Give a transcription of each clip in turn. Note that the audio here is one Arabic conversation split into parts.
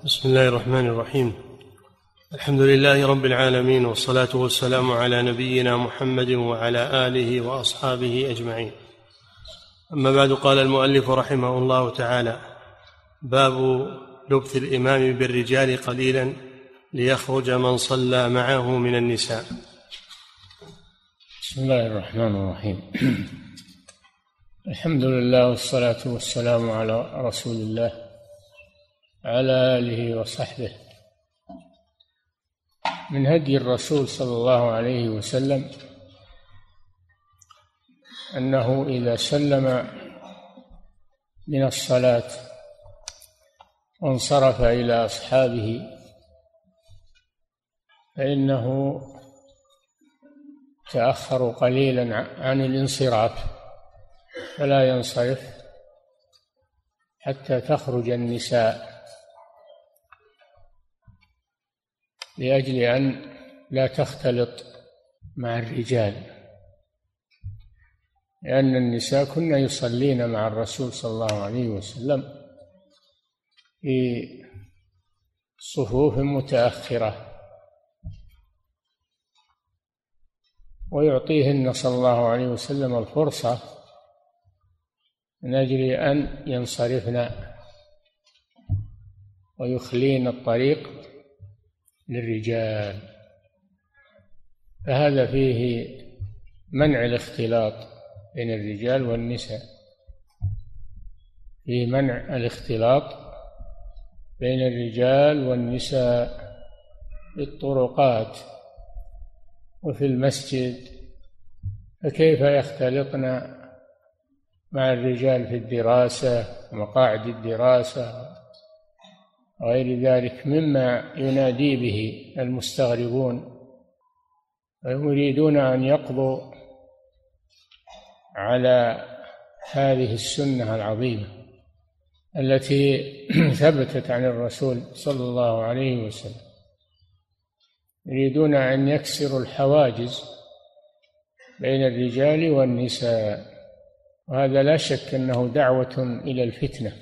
بسم الله الرحمن الرحيم. الحمد لله رب العالمين، والصلاة والسلام على نبينا محمد وعلى آله وأصحابه أجمعين. أما بعد، قال المؤلف رحمه الله تعالى: باب لبث الإمام بالرجال قليلا ليخرج من صلى معه من النساء. بسم الله الرحمن الرحيم. الحمد لله والصلاة والسلام على رسول الله على آله وصحبه. من هدي الرسول صلى الله عليه وسلم أنه إذا سلم من الصلاة وانصرف إلى أصحابه فإنه تأخر قليلا عن الانصراف، فلا ينصرف حتى تخرج النساء، لأجل أن لا تختلط مع الرجال، لأن النساء كن يصلين مع الرسول صلى الله عليه وسلم في صفوف متأخرة، ويعطيهن صلى الله عليه وسلم الفرصة من أجل أن ينصرفن ويخلين الطريق للرجال، فهذا فيه منع الاختلاط بين الرجال والنساء، فيه منع الاختلاط بين الرجال والنساء في الطرقات وفي المسجد، فكيف يختلطن مع الرجال في الدراسة ومقاعد الدراسة وغير ذلك مما ينادي به المستغربون، ويريدون أن يقضوا على هذه السنة العظيمة التي ثبتت عن الرسول صلى الله عليه وسلم. يريدون أن يكسروا الحواجز بين الرجال والنساء، وهذا لا شك أنه دعوة إلى الفتنة،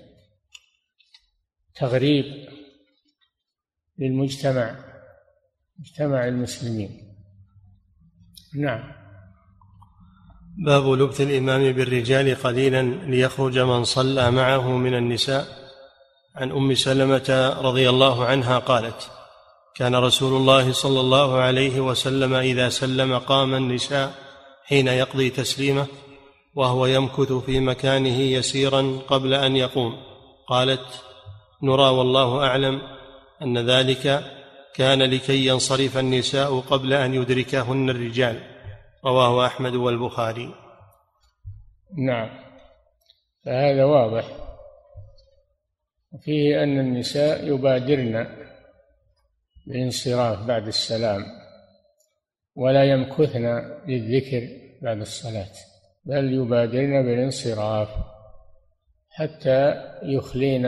تغريب للمجتمع، مجتمع المسلمين. نعم. باب لبث الإمام بالرجال قليلا ليخرج من صلى معه من النساء. عن أم سلمة رضي الله عنها قالت: كان رسول الله صلى الله عليه وسلم إذا سلم قام النساء حين يقضي تسليمه، وهو يمكث في مكانه يسيرا قبل أن يقوم. قالت: نرى والله أعلم أن ذلك كان لكي ينصرف النساء قبل أن يدركهن الرجال. رواه أحمد والبخاري. نعم، فهذا واضح، وفيه أن النساء يبادرن بالانصراف بعد السلام، ولا يمكثن للذكر بعد الصلاة، بل يبادرن بالانصراف حتى يخلين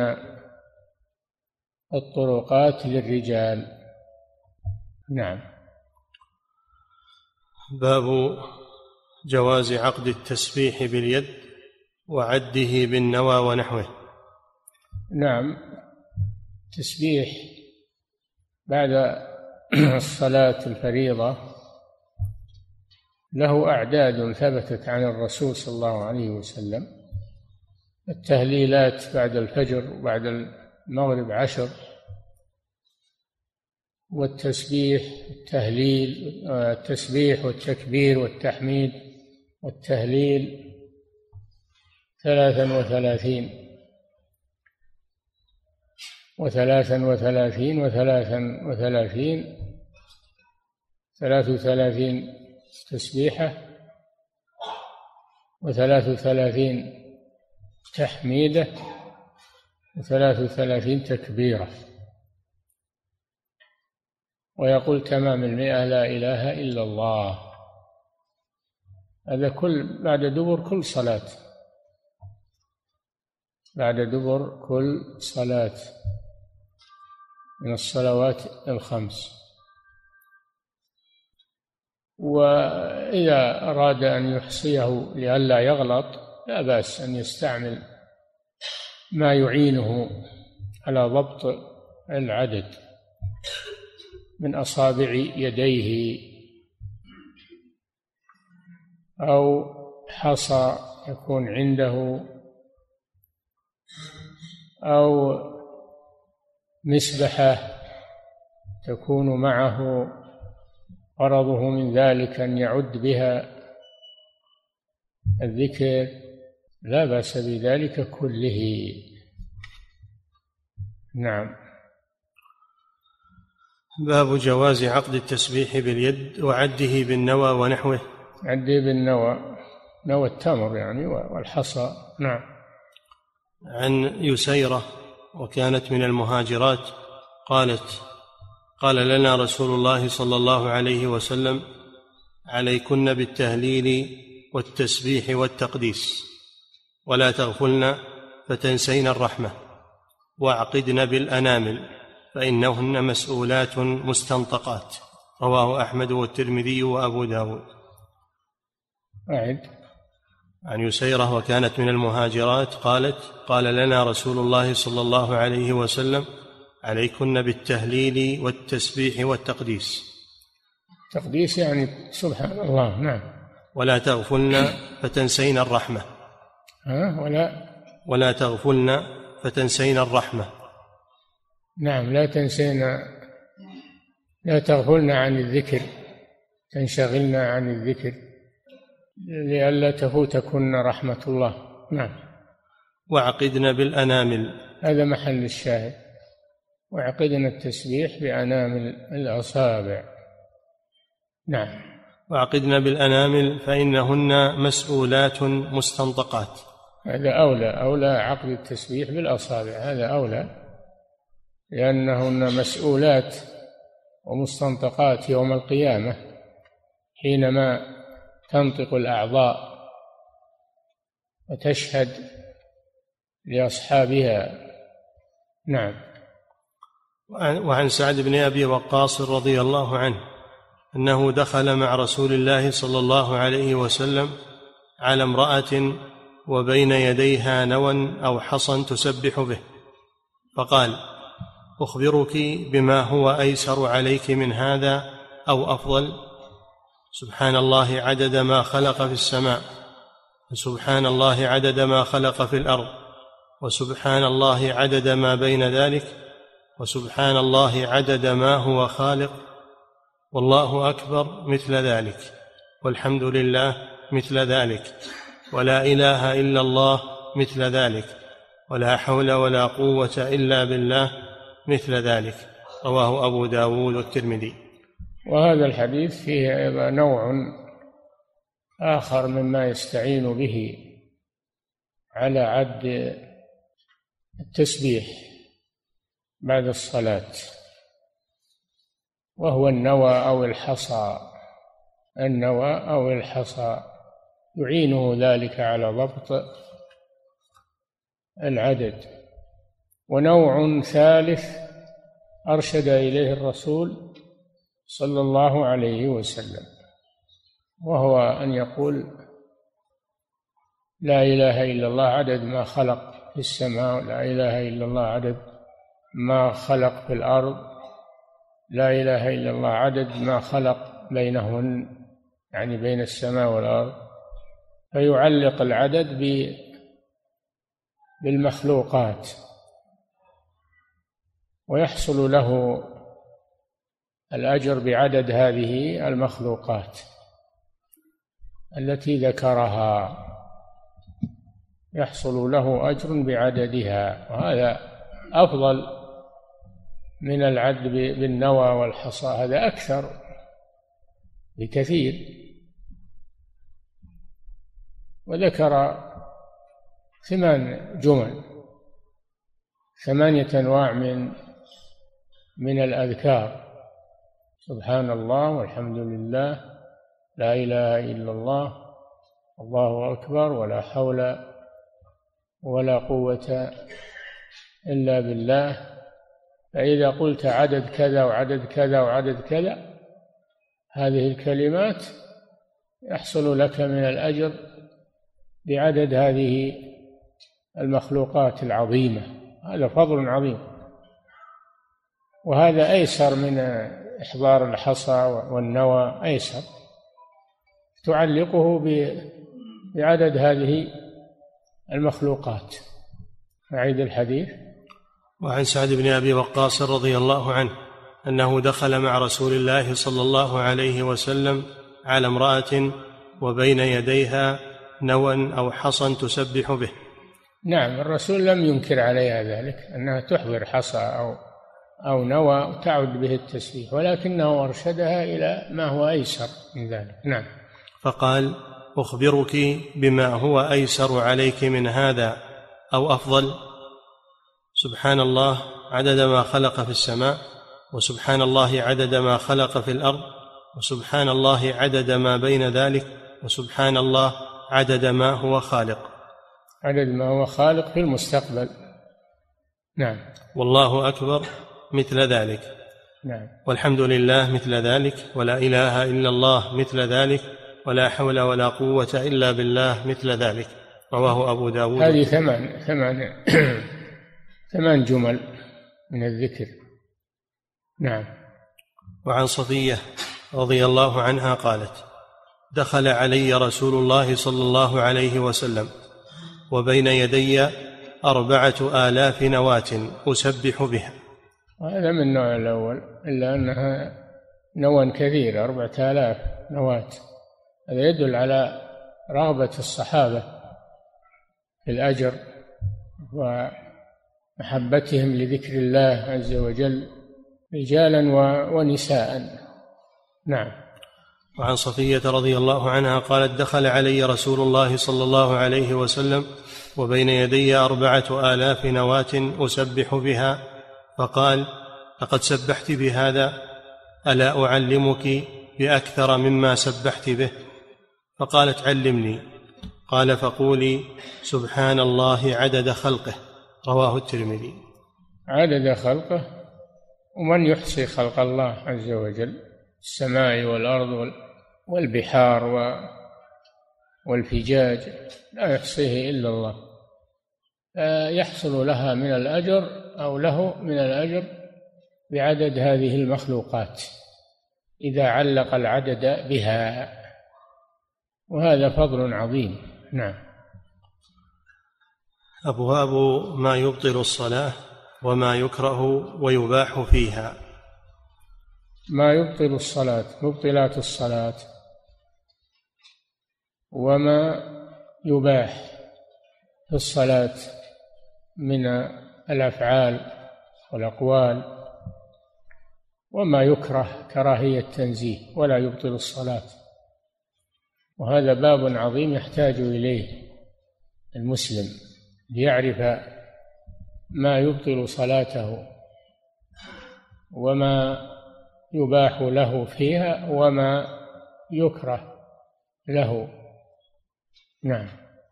الطرقات للرجال. نعم. باب جواز عقد التسبيح باليد وعده بالنوى ونحوه. نعم، تسبيح بعد الصلاة الفريضة له أعداد ثبتت عن الرسول صلى الله عليه وسلم: التهليلات بعد الفجر وبعد المغرب 10، والتسبيح التهليل، التسبيح والتكبير والتحميد والتهليل 33 33 تسبيحة و33 تحميدة و33 تكبيرة، ويقول تمام 100 لا إله إلا الله. هذا بعد دبر كل صلاة، بعد دبر كل صلاة من الصلوات الخمس. وإذا أراد أن يحصيه لئلا يغلط لا بأس أن يستعمل ما يعينه على ضبط العدد من أصابع يديه، أو حصى يكون عنده، أو مسبحة تكون معه غرضه من ذلك أن يعد بها الذكر، لا بأس بذلك كله. نعم. باب جواز عقد التسبيح باليد وعده بالنوى ونحوه. عده بالنوى، نوى التمر يعني والحصى. نعم. عن يسيرة وكانت من المهاجرات قالت: قال لنا رسول الله صلى الله عليه وسلم: عليكن بالتهليل والتسبيح والتقديس، ولا تغفلن فتنسين الرحمة، واعقدن بالأنامل فإنهن مسؤولات مستنطقات. رواه أحمد والترمذي وأبو داود. أعد. عن يسيرة وكانت من المهاجرات قالت: قال لنا رسول الله صلى الله عليه وسلم: عليكن بالتهليل والتسبيح والتقديس. تقديس يعني سبحان الله. نعم. ولا تغفلن فتنسين الرحمة. ولا تغفلن فتنسين الرحمة. نعم. لا تغفلن عن الذكر، تنشغلن عن الذكر لئلا تفوتكن رحمة الله. نعم. وعقدن بالأنامل، هذا محل الشاهد. وعقدن التسبيح بأنامل الأصابع. نعم. وعقدن بالأنامل فإنهن مسؤولات مستنطقات. هذا أولى عقد التسبيح بالأصابع، هذا أولى، لأنهن مسؤولات ومستنطقات يوم القيامة حينما تنطق الأعضاء وتشهد لأصحابها. نعم. وعن سعد بن أبي وقاص رضي الله عنه أنه دخل مع رسول الله صلى الله عليه وسلم على امرأة وبين يديها نوى أو حصى تسبح به، فقال: أخبرك بما هو أيسر عليك من هذا أو أفضل؟ سبحان الله عدد ما خلق في السماء، وسبحان الله عدد ما خلق في الأرض، وسبحان الله عدد ما بين ذلك، وسبحان الله عدد ما هو خالق، والله أكبر مثل ذلك، والحمد لله مثل ذلك، ولا إله إلا الله مثل ذلك، ولا حول ولا قوة إلا بالله مثل ذلك. رواه أبو داود والترمذي. وهذا الحديث فيه أيضا نوع آخر مما يستعين به على عد التسبيح بعد الصلاة، وهو النوى أو الحصى. النوى أو الحصى يعينه ذلك على ضبط العدد. ونوع ثالث أرشد إليه الرسول صلى الله عليه وسلم، وهو أن يقول: لا إله إلا الله عدد ما خلق في السماء، لا إله إلا الله عدد ما خلق في الأرض، لا إله إلا الله عدد ما خلق بينهن، يعني بين السماء والأرض، فيعلق العدد بالمخلوقات، ويحصل له الأجر بعدد هذه المخلوقات التي ذكرها، يحصل له أجر بعددها، وهذا أفضل من العد بالنوى والحصى، هذا أكثر بكثير. وذكر 8 أنواع من الأذكار: سبحان الله، والحمد لله، لا إله إلا الله، الله أكبر، ولا حول ولا قوة إلا بالله. فإذا قلت عدد كذا وعدد كذا وعدد كذا هذه الكلمات يحصل لك من الأجر بعدد هذه المخلوقات العظيمة، هذا فضل عظيم. وهذا أيسر من إحضار الحصى والنوى، أيسر، تعلقه بعدد هذه المخلوقات. أعيد الحديث. وعن سعد بن أبي وقاص رضي الله عنه أنه دخل مع رسول الله صلى الله عليه وسلم على امرأة وبين يديها نوى أو حصى تسبح به. نعم، الرسول لم ينكر عليها ذلك، أنها تحضر حصى أو نوى تعد به التسبيح، ولكنه أرشدها إلى ما هو أيسر من ذلك. نعم. فقال: أخبرك بما هو أيسر عليك من هذا أو أفضل؟ سبحان الله عدد ما خلق في السماء، وسبحان الله عدد ما خلق في الأرض، وسبحان الله عدد ما بين ذلك، وسبحان الله عدد ما هو خالق. عدد ما هو خالق في المستقبل. نعم. والله أكبر مثل ذلك. نعم. والحمد لله مثل ذلك، ولا إله إلا الله مثل ذلك، ولا حول ولا قوة إلا بالله مثل ذلك. رواه أبو داود. هذه ثمان جمل من الذكر. نعم. وعن صفية رضي الله عنها قالت: دخل علي رسول الله صلى الله عليه وسلم وبين يدي 4000 نواة أسبح بها. هذا من النوع الأول، إلا أنها نوى كثير، 4000 نواة. هذا يدل على رغبة الصحابة في الأجر ومحبتهم لذكر الله عز وجل، رجالا ونساء. نعم. وعن صفية رضي الله عنها قالت: دخل علي رسول الله صلى الله عليه وسلم وبين يدي 4000 نواة أسبح بها، فقال: لقد سبحت بهذا، ألا أعلمك بأكثر مما سبحت به؟ فقالت: علمني. قال: فقولي: سبحان الله عدد خلقه. رواه الترمذي. عدد خلقه، ومن يحصي خلق الله عز وجل، السماء والأرض والبحار والفجاج، لا يحصيه إلا الله. يحصل لها من الأجر أو له من الأجر بعدد هذه المخلوقات إذا علق العدد بها، وهذا فضل عظيم. نعم. أبواب ما يبطل الصلاة وما يكره ويباح فيها. ما يبطل الصلاة، مبطلات الصلاة، وما يباح في الصلاة من الأفعال والأقوال، وما يكره كراهية تنزيه ولا يبطل الصلاة. وهذا باب عظيم يحتاج إليه المسلم ليعرف ما يبطل صلاته وما يباح له فيها وما يكره له. نعم.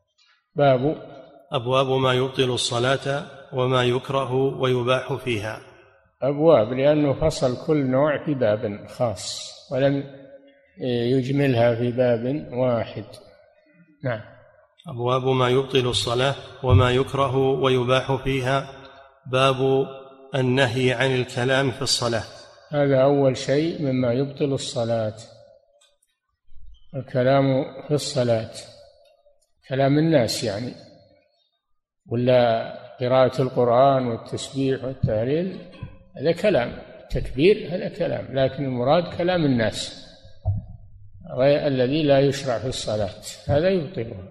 أبواب ما يبطل الصلاة وما يكره ويباح فيها. أبواب لأنه فصل كل نوع في باب خاص ولم يجملها في باب واحد. نعم. أبواب ما يبطل الصلاة وما يكره ويباح فيها. باب النهي عن الكلام في الصلاة. هذا أول شيء مما يبطل الصلاة، الكلام في الصلاة، كلام الناس يعني، ولا قراءة القرآن والتسبيح والتهليل، هذا كلام، تكبير هذا كلام، لكن المراد كلام الناس غير الذي لا يشرع في الصلاة، هذا يبطلها.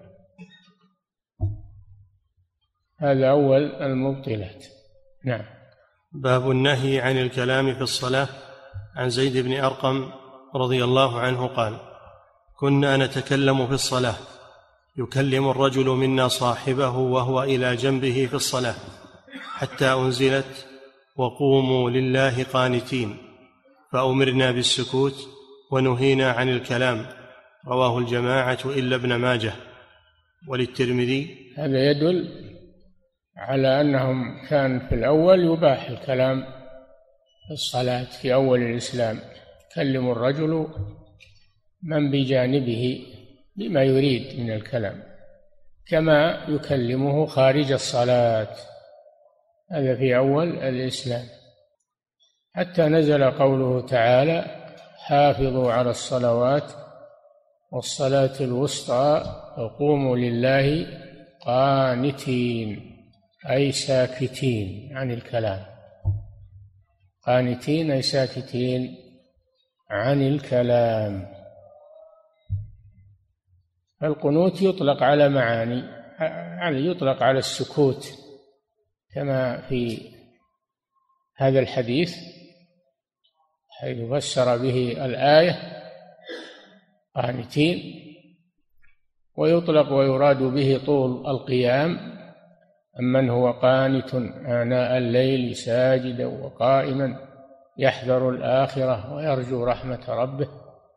هذا أول المبطلات. نعم. باب النهي عن الكلام في الصلاة. عن زيد بن أرقم رضي الله عنه قال: كنا نتكلم في الصلاة، يكلم الرجل منا صاحبه وهو إلى جنبه في الصلاة، حتى أنزلت: وقوموا لله قانتين، فأمرنا بالسكوت ونهينا عن الكلام. رواه الجماعة إلا ابن ماجه وللترمذي. هذا يدل على أنهم كان في الأول يباح الكلام في الصلاة في أول الإسلام، يكلم الرجل من بجانبه بما يريد من الكلام كما يكلمه خارج الصلاة، هذا في أول الإسلام. حتى نزل قوله تعالى: حافظوا على الصلوات والصلاة الوسطى وقوموا لله قانتين، أي ساكتين عن الكلام. قانتين أي ساكتين عن الكلام. القنوت يطلق على معاني، يعني يطلق على السكوت كما في هذا الحديث حيث فسر به الآية قانتين، ويطلق ويراد به طول القيام، أمن هو قانت آناء الليل ساجدا وقائما يحذر الآخرة ويرجو رحمة ربه.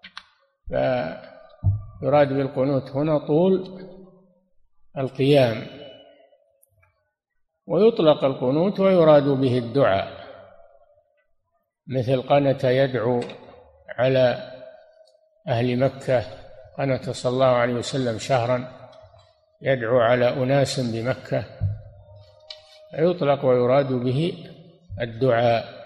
فيراد بالقنوت هنا طول القيام. ويطلق القنوت ويراد به الدعاء، مثل قنت يدعو على أهل مكة، قنت صلى الله عليه وسلم شهرا يدعو على أناس بمكة. يطلق ويراد به الدعاء.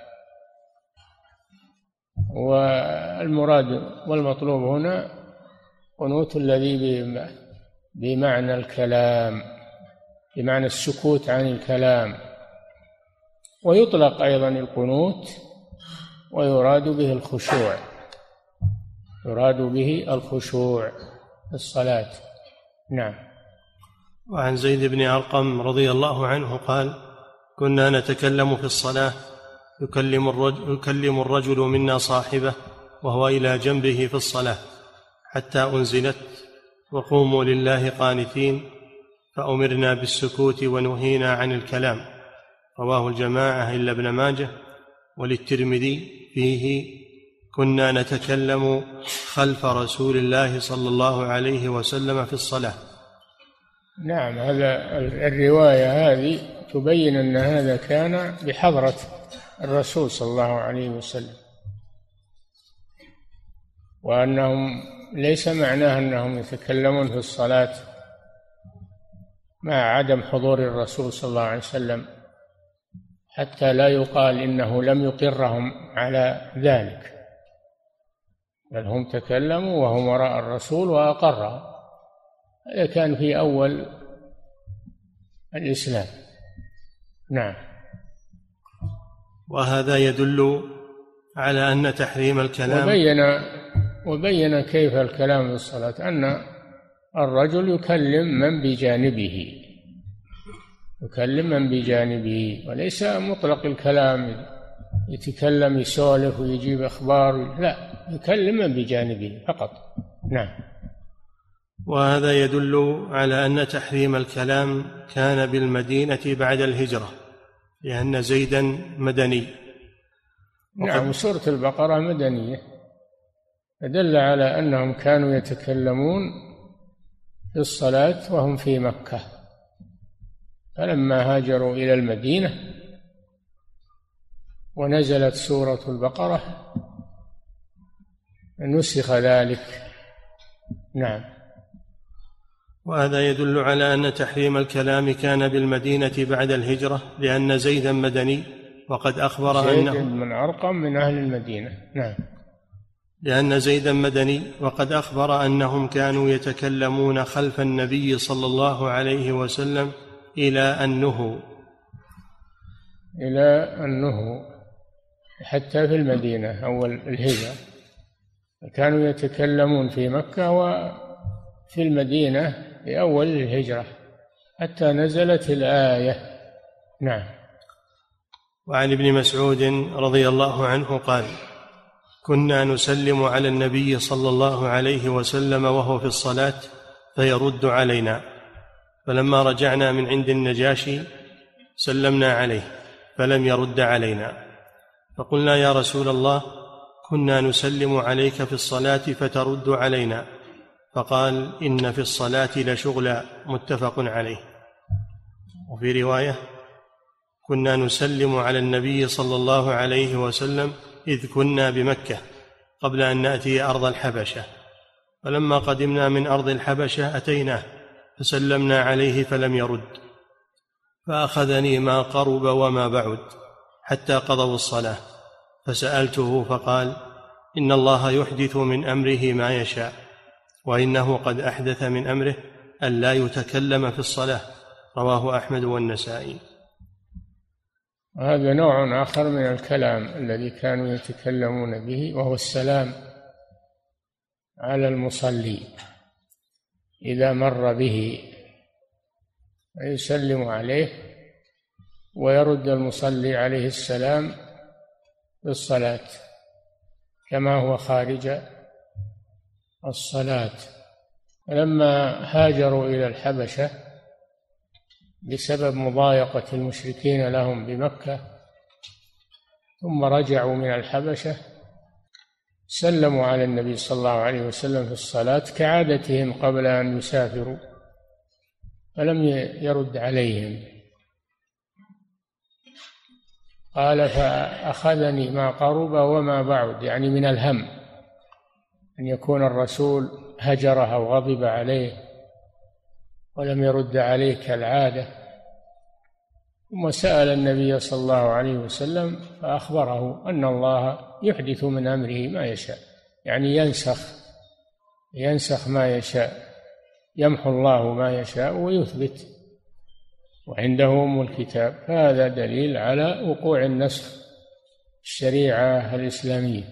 والمراد والمطلوب هنا قنوت الذي بمعنى الكلام، بمعنى السكوت عن الكلام. ويطلق أيضا القنوت ويراد به الخشوع، يراد به الخشوع في الصلاة. نعم. وعن زيد بن أرقم رضي الله عنه قال: كنا نتكلم في الصلاة، يكلم الرجل منا صاحبه وهو إلى جنبه في الصلاة، حتى أنزلت: وقوموا لله قانتين، فأمرنا بالسكوت ونهينا عن الكلام. رواه الجماعة إلا ابن ماجه. وللترمذي فيه: كنا نتكلم خلف رسول الله صلى الله عليه وسلم في الصلاة. نعم، هذا الرواية هذه تبين أن هذا كان بحضرة الرسول صلى الله عليه وسلم، وأنهم ليس معناه أنهم يتكلمون في الصلاة مع عدم حضور الرسول صلى الله عليه وسلم، حتى لا يقال إنه لم يقرهم على ذلك، بل هم تكلموا وهم وراء الرسول وأقرهم. هذا كان في أول الإسلام. نعم. وهذا يدل على أن تحريم الكلام، وبين كيف الكلام في الصلاة، أن الرجل يكلم من بجانبه، وليس مطلق الكلام يتكلم يسولف ويجيب أخبار، لا، يكلم من بجانبه فقط. نعم. وهذا يدل على أن تحريم الكلام كان بالمدينة بعد الهجرة، لأن زيدا مدني. نعم، سورة البقرة مدنية، فدل على أنهم كانوا يتكلمون في الصلاة وهم في مكة. فلما هاجروا إلى المدينة ونزلت سورة البقرة نسخ ذلك. نعم. وهذا يدل على أن تحريم الكلام كان بالمدينة بعد الهجرة، لأن زيدا مدني، وقد أخبر زيد من أرقم من أهل المدينة. نعم. لأن زيدا مدني، وقد أخبر أنهم كانوا يتكلمون خلف النبي صلى الله عليه وسلم إلى أن نهوا حتى في المدينة أول الهجرة، كانوا يتكلمون في مكة وفي المدينة في أول الهجرة حتى نزلت الآية. نعم. وعن ابن مسعود رضي الله عنه قال: كنا نسلم على النبي صلى الله عليه وسلم وهو في الصلاة فيرد علينا، فلما رجعنا من عند النجاشي سلمنا عليه فلم يرد علينا، فقلنا: يا رسول الله، كنا نسلم عليك في الصلاة فترد علينا. فقال: إن في الصلاة لشغلا. متفق عليه. وفي رواية: كنا نسلم على النبي صلى الله عليه وسلم إذ كنا بمكة قبل أن نأتي أرض الحبشة، فلما قدمنا من أرض الحبشة أتيناه فسلمنا عليه فلم يرد، فأخذني ما قرب وما بعد حتى قضوا الصلاة، فسألته فقال: إن الله يحدث من أمره ما يشاء، وإنه قد أحدث من أمره أن لا يتكلم في الصلاة. رواه أحمد والنسائي. هذا نوع آخر من الكلام الذي كانوا يتكلمون به، وهو السلام على المصلي إذا مر به، يسلم عليه ويرد المصلي عليه السلام بالصلاة كما هو خارج الصلاة. لما هاجروا إلى الحبشة بسبب مضايقة المشركين لهم بمكة، ثم رجعوا من الحبشة، سلموا على النبي صلى الله عليه وسلم في الصلاة كعادتهم قبل أن يسافروا، فلم يرد عليهم. قال: فأخذني ما قرب وما بعد، يعني من الهم أن يكون الرسول هجره أو غضب عليه ولم يرد عليه كالعادة. ثم سأل النبي صلى الله عليه وسلم فأخبره أن الله يحدث من أمره ما يشاء، يعني ينسخ ما يشاء، يمحو الله ما يشاء ويثبت، وعنده أم الكتاب. فهذا دليل على وقوع النسخ الشريعة الإسلامية.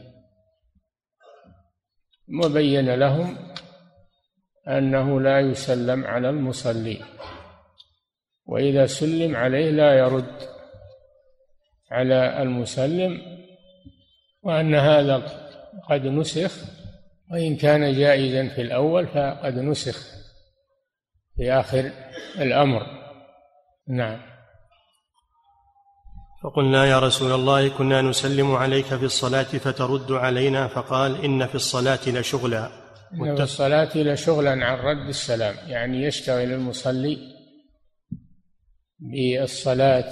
وبين لهم أنه لا يسلم على المصلي، وإذا سلم عليه لا يرد على المسلم، وأن هذا قد نسخ، وإن كان جائزا في الأول فقد نسخ في آخر الأمر. نعم. فقلنا: يا رسول الله، كنا نسلم عليك في الصلاة فترد علينا، فقال: إن في الصلاة لشغلا. إن في الصلاة لشغلا عن رد السلام، يعني يشتغل المصلي بالصلاة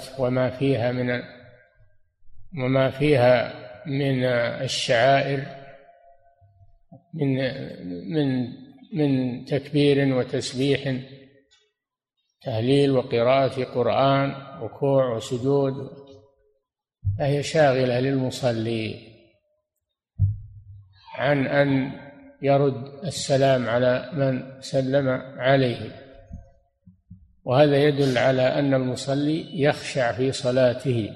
وما فيها من الشعائر من تكبير وتسبيح، تهليل وقراءة قرآن، ركوع وسجود، فهي شاغلة للمصلي عن أن يرد السلام على من سلم عليه. وهذا يدل على أن المصلي يخشع في صلاته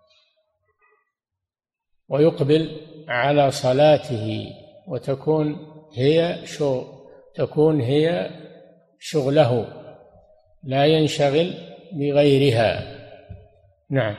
ويقبل على صلاته، وتكون هي شغله، لا ينشغل بغيرها. نعم.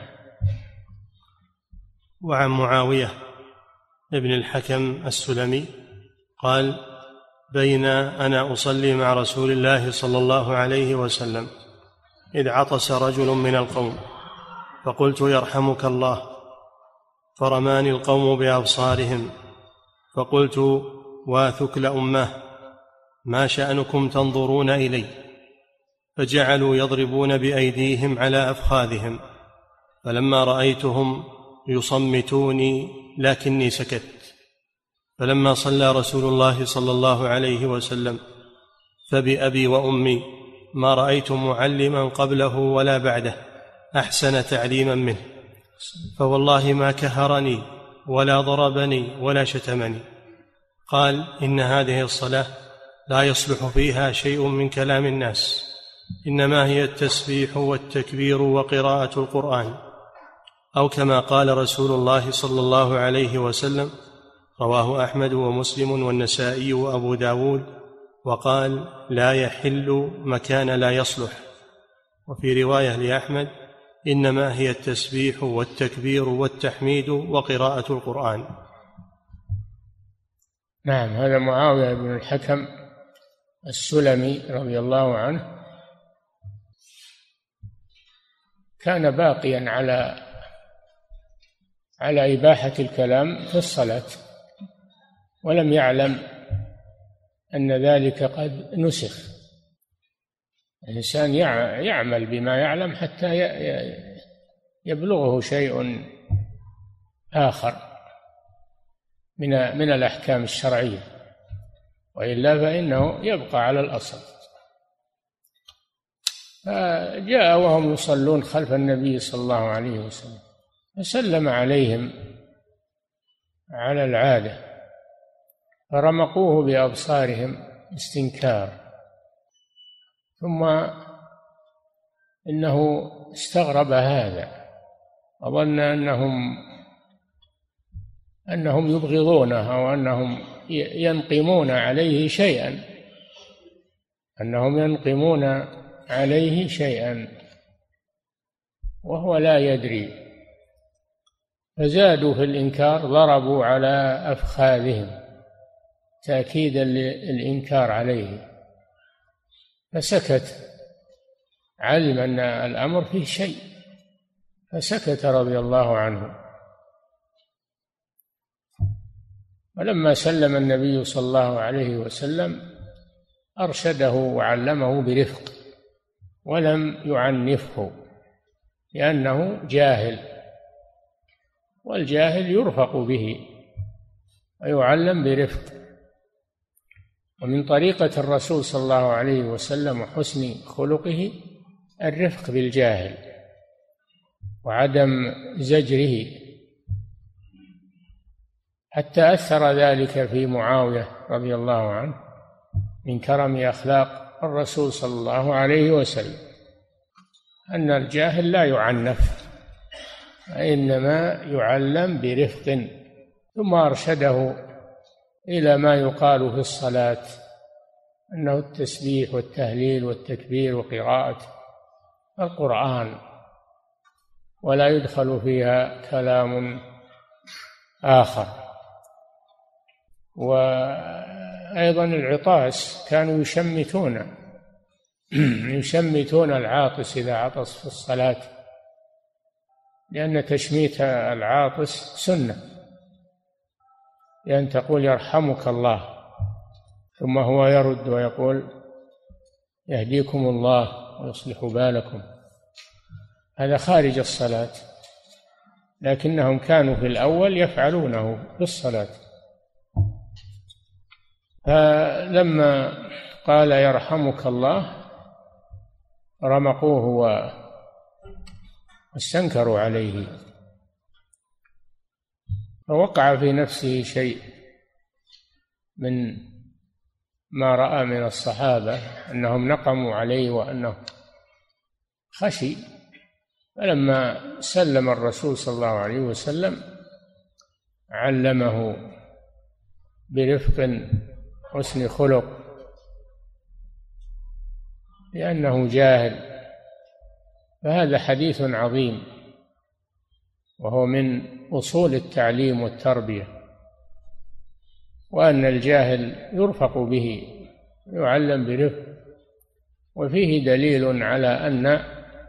وعن معاوية ابن الحكم السلمي قال: بين أنا أصلي مع رسول الله صلى الله عليه وسلم إذ عطس رجل من القوم، فقلت: يرحمك الله، فرماني القوم بأبصارهم، فقلت: واثكل أمه، ما شأنكم تنظرون إلي؟ فجعلوا يضربون بأيديهم على أفخاذهم، فلما رأيتهم يصمتوني لكني سكت. فلما صلى رسول الله صلى الله عليه وسلم فبأبي وأمي ما رأيت معلما قبله ولا بعده أحسن تعليما منه، فوالله ما كهرني ولا ضربني ولا شتمني. قال: إن هذه الصلاة لا يصلح فيها شيء من كلام الناس، إنما هي التسبيح والتكبير وقراءة القرآن، أو كما قال رسول الله صلى الله عليه وسلم. رواه أحمد ومسلم والنسائي وأبو داود، وقال: لا يحل مكان لا يصلح. وفي رواية لأحمد: إنما هي التسبيح والتكبير والتحميد وقراءة القرآن. نعم. هذا معاوية بن الحكم السلمي رضي الله عنه كان باقيا على إباحة الكلام في الصلاة، ولم يعلم أن ذلك قد نسخ. الإنسان يعمل بما يعلم حتى يبلغه شيء آخر من الأحكام الشرعية، وإلا فإنه يبقى على الأصل. فجاء وهم يصلون خلف النبي صلى الله عليه وسلم فسلم عليهم على العادة، فرمقوه بأبصارهم استنكار. ثم إنه استغرب هذا، وظن أنهم يبغضونه أو أنهم ينقمون عليه شيئا، وهو لا يدري. فزادوا في الإنكار، ضربوا على أفخاذهم تأكيدا للإنكار عليه، فسكت، علم أن الأمر فيه شيء، فسكت رضي الله عنه. ولما سلم النبي صلى الله عليه وسلم أرشده وعلمه برفق، ولم يعنفه، لأنه جاهل، والجاهل يرفق به ويعلم برفق. ومن طريقة الرسول صلى الله عليه وسلم وحسن خلقه الرفق بالجاهل وعدم زجره، حتى أثر ذلك في معاوية رضي الله عنه من كرم أخلاق الرسول صلى الله عليه وسلم أن الجاهل لا يعنف، وإنما يعلم برفق. ثم أرشده إلى ما يقال في الصلاة، أنه التسبيح والتهليل والتكبير وقراءة القرآن، ولا يدخل فيها كلام آخر. وأيضا العطاس كانوا يشمتون العاطس إذا عطس في الصلاة، لأن تشميت العاطس سنة، لأن تقول يرحمك الله، ثم هو يرد ويقول يهديكم الله ويصلح بالكم. هذا خارج الصلاة، لكنهم كانوا في الأول يفعلونه في الصلاة. فلما قال يرحمك الله رمقوه واستنكروا عليه، فوقع في نفسه شيء من ما رأى من الصحابة أنهم نقموا عليه وأنه خشي. فلما سلم الرسول صلى الله عليه وسلم علمه برفق حسن خلق، لأنه جاهل. فهذا حديث عظيم، وهو من أصول التعليم والتربية، وأن الجاهل يرفق به يعلم برفق. وفيه دليل على أن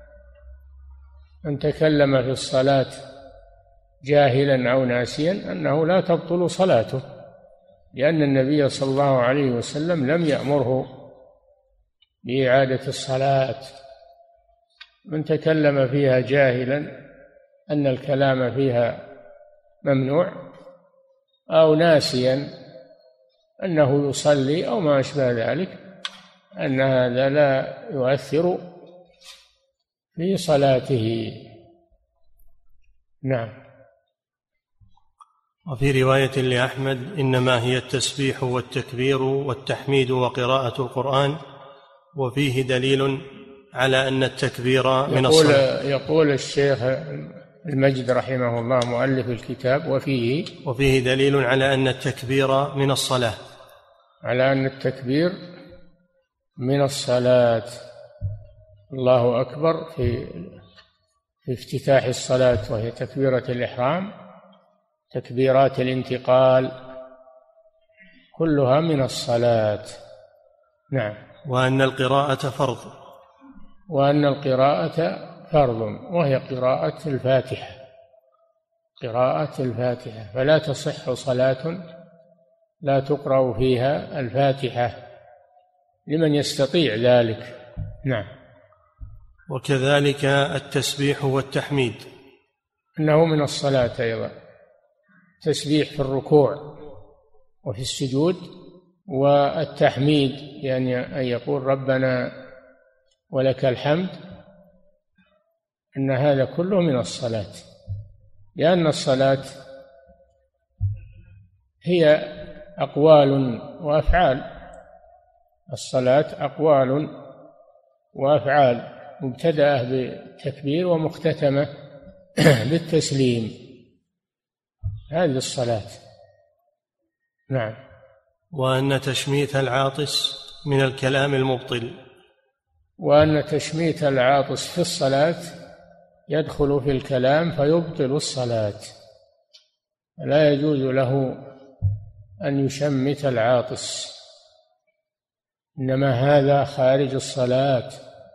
من تكلم في الصلاة جاهلا أو ناسيا أنه لا تبطل صلاته، لأن النبي صلى الله عليه وسلم لم يأمره بإعادة الصلاة. من تكلم فيها جاهلا أن الكلام فيها ممنوع، أو ناسيا أنه يصلي أو ما أشبه ذلك، أن هذا لا يؤثر في صلاته. نعم. وفي رواية لأحمد إنما هي التسبيح والتكبير والتحميد وقراءة القرآن، وفيه دليل على أن التكبير من الصلاة. يقول الشيخ المجد رحمه الله مؤلف الكتاب وفيه دليل على أن التكبير من الصلاة، على أن التكبير من الصلاة. الله أكبر في افتتاح الصلاة، وهي تكبيرة الإحرام، تكبيرات الانتقال، كلها من الصلاة. نعم. وأن القراءة فرض، وهي قراءة الفاتحة، فلا تصح صلاة لا تقرأ فيها الفاتحة لمن يستطيع ذلك. نعم. وكذلك التسبيح والتحميد إنه من الصلاة أيضا، تسبيح في الركوع وفي السجود، والتحميد يعني أن يقول ربنا ولك الحمد، إن هذا كله من الصلاة، لأن الصلاة هي أقوال وأفعال. الصلاة أقوال وأفعال، مبتدأة بالتكبير ومختتمة بالتسليم. هذه الصلاة. نعم. وأن تشميت العاطس من الكلام المبطل. وأن تشميت العاطس في الصلاة يدخل في الكلام فيبطل الصلاة، لا يجوز له أن يشمت العاطس، إنما هذا خارج الصلاة.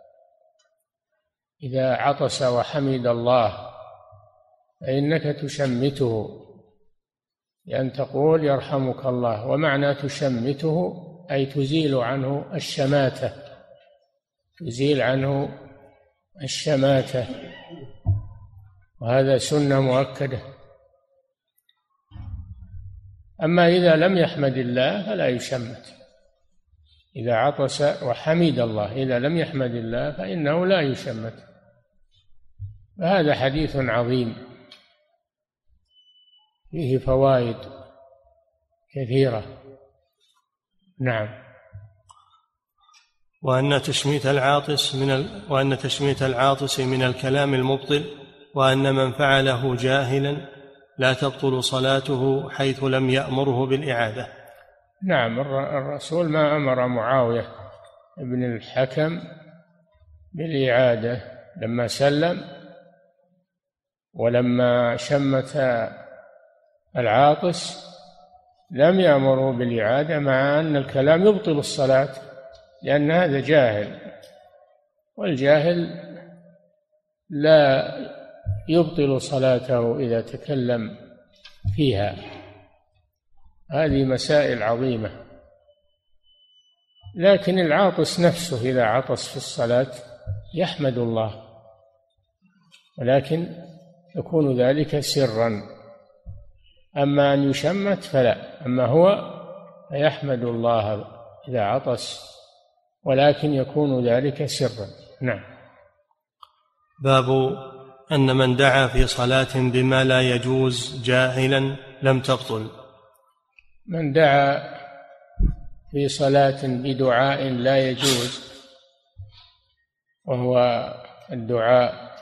إذا عطس وحمد الله فإنك تشمته، لأن تقول يرحمك الله. ومعنى تشمته أي تزيل عنه الشماتة، تزيل عنه الشماتة، وهذا سنة مؤكدة. أما إذا لم يحمد الله فلا يشمت. إذا عطس وحمد الله، إذا لم يحمد الله فإنه لا يشمت. فهذا حديث عظيم فيه فوائد كثيرة. نعم. وأن تشميت العاطس من الكلام المبطل، وأن من فعله جاهلا لا تبطل صلاته حيث لم يأمره بالإعادة. نعم. الرسول ما أمر معاوية بن الحكم بالإعادة لما سلم، ولما شمت العاطس لم يأمره بالإعادة، مع أن الكلام يبطل الصلاة، لأن هذا جاهل، والجاهل لا يبطل صلاته إذا تكلم فيها. هذه مسائل عظيمة. لكن العاطس نفسه إذا عطس في الصلاة يحمد الله، ولكن يكون ذلك سرا. أما أن يشمت فلا، أما هو فيحمد الله إذا عطس، ولكن يكون ذلك سرا. نعم. باب أن من دعا في صلاة بما لا يجوز جاهلا لم تبطل. من دعا في صلاة بدعاء لا يجوز، وهو الدعاء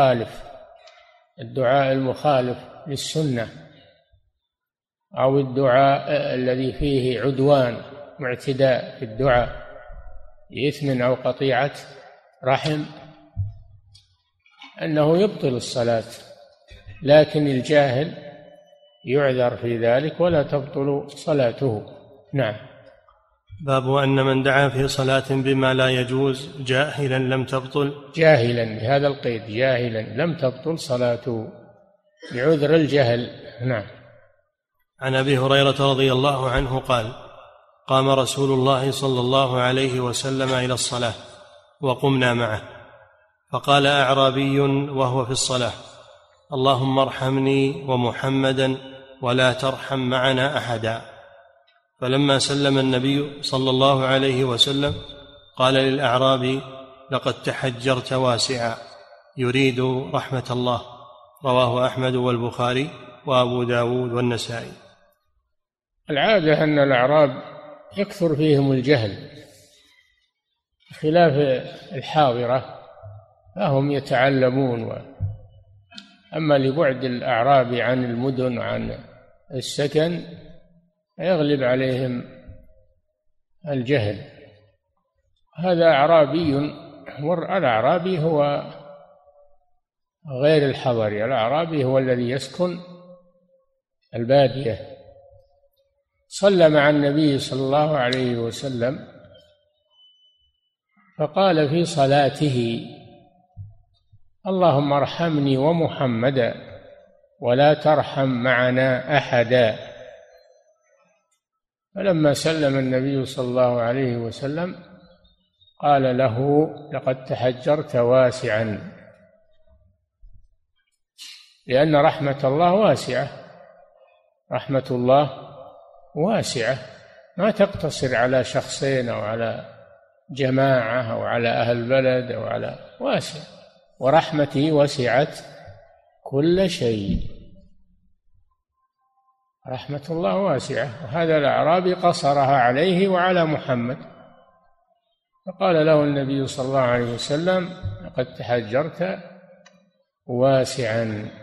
المخالف للسنة، أو الدعاء الذي فيه عدوان واعتداء في الدعاء بإثم أو قطيعة رحم، أنه يبطل الصلاة. لكن الجاهل يعذر في ذلك ولا تبطل صلاته. نعم. باب أن من دعا في صلاة بما لا يجوز جاهلا لم تبطل. جاهلا بهذا القيد، جاهلا لم تبطل صلاته بعذر الجهل. نعم. عن أبي هريرة رضي الله عنه قال: قام رسول الله صلى الله عليه وسلم إلى الصلاة وقمنا معه، فقال أعرابي وهو في الصلاة: اللهم ارحمني ومحمدا ولا ترحم معنا أحدا. فلما سلم النبي صلى الله عليه وسلم قال للأعرابي: لقد تحجرت واسعا، يريد رحمة الله. رواه أحمد والبخاري وأبو داود والنسائي. العادة أن الأعراب يكثر فيهم الجهل، خلاف الحاضرة فهم يتعلمون. أما لبعد الأعراب عن المدن وعن السكن يغلب عليهم الجهل. هذا أعرابي، والأعرابي هو غير الحضري. الأعرابي هو الذي يسكن البادية. صلى مع النبي صلى الله عليه وسلم، فقال في صلاته: اللهم ارحمني ومحمدا ولا ترحم معنا أحدا. فلما سلم النبي صلى الله عليه وسلم قال له: لقد تحجرت واسعا، لأن رحمة الله واسعة. رحمة الله واسعة، ما تقتصر على شخصين أو على جماعة أو على أهل بلد أو على واسع. ورحمتي وسعت كل شيء. رحمة الله واسعة. وهذا الأعرابي قصرها عليه وعلى محمد، فقال له النبي صلى الله عليه وسلم: لقد تحجرت واسعا.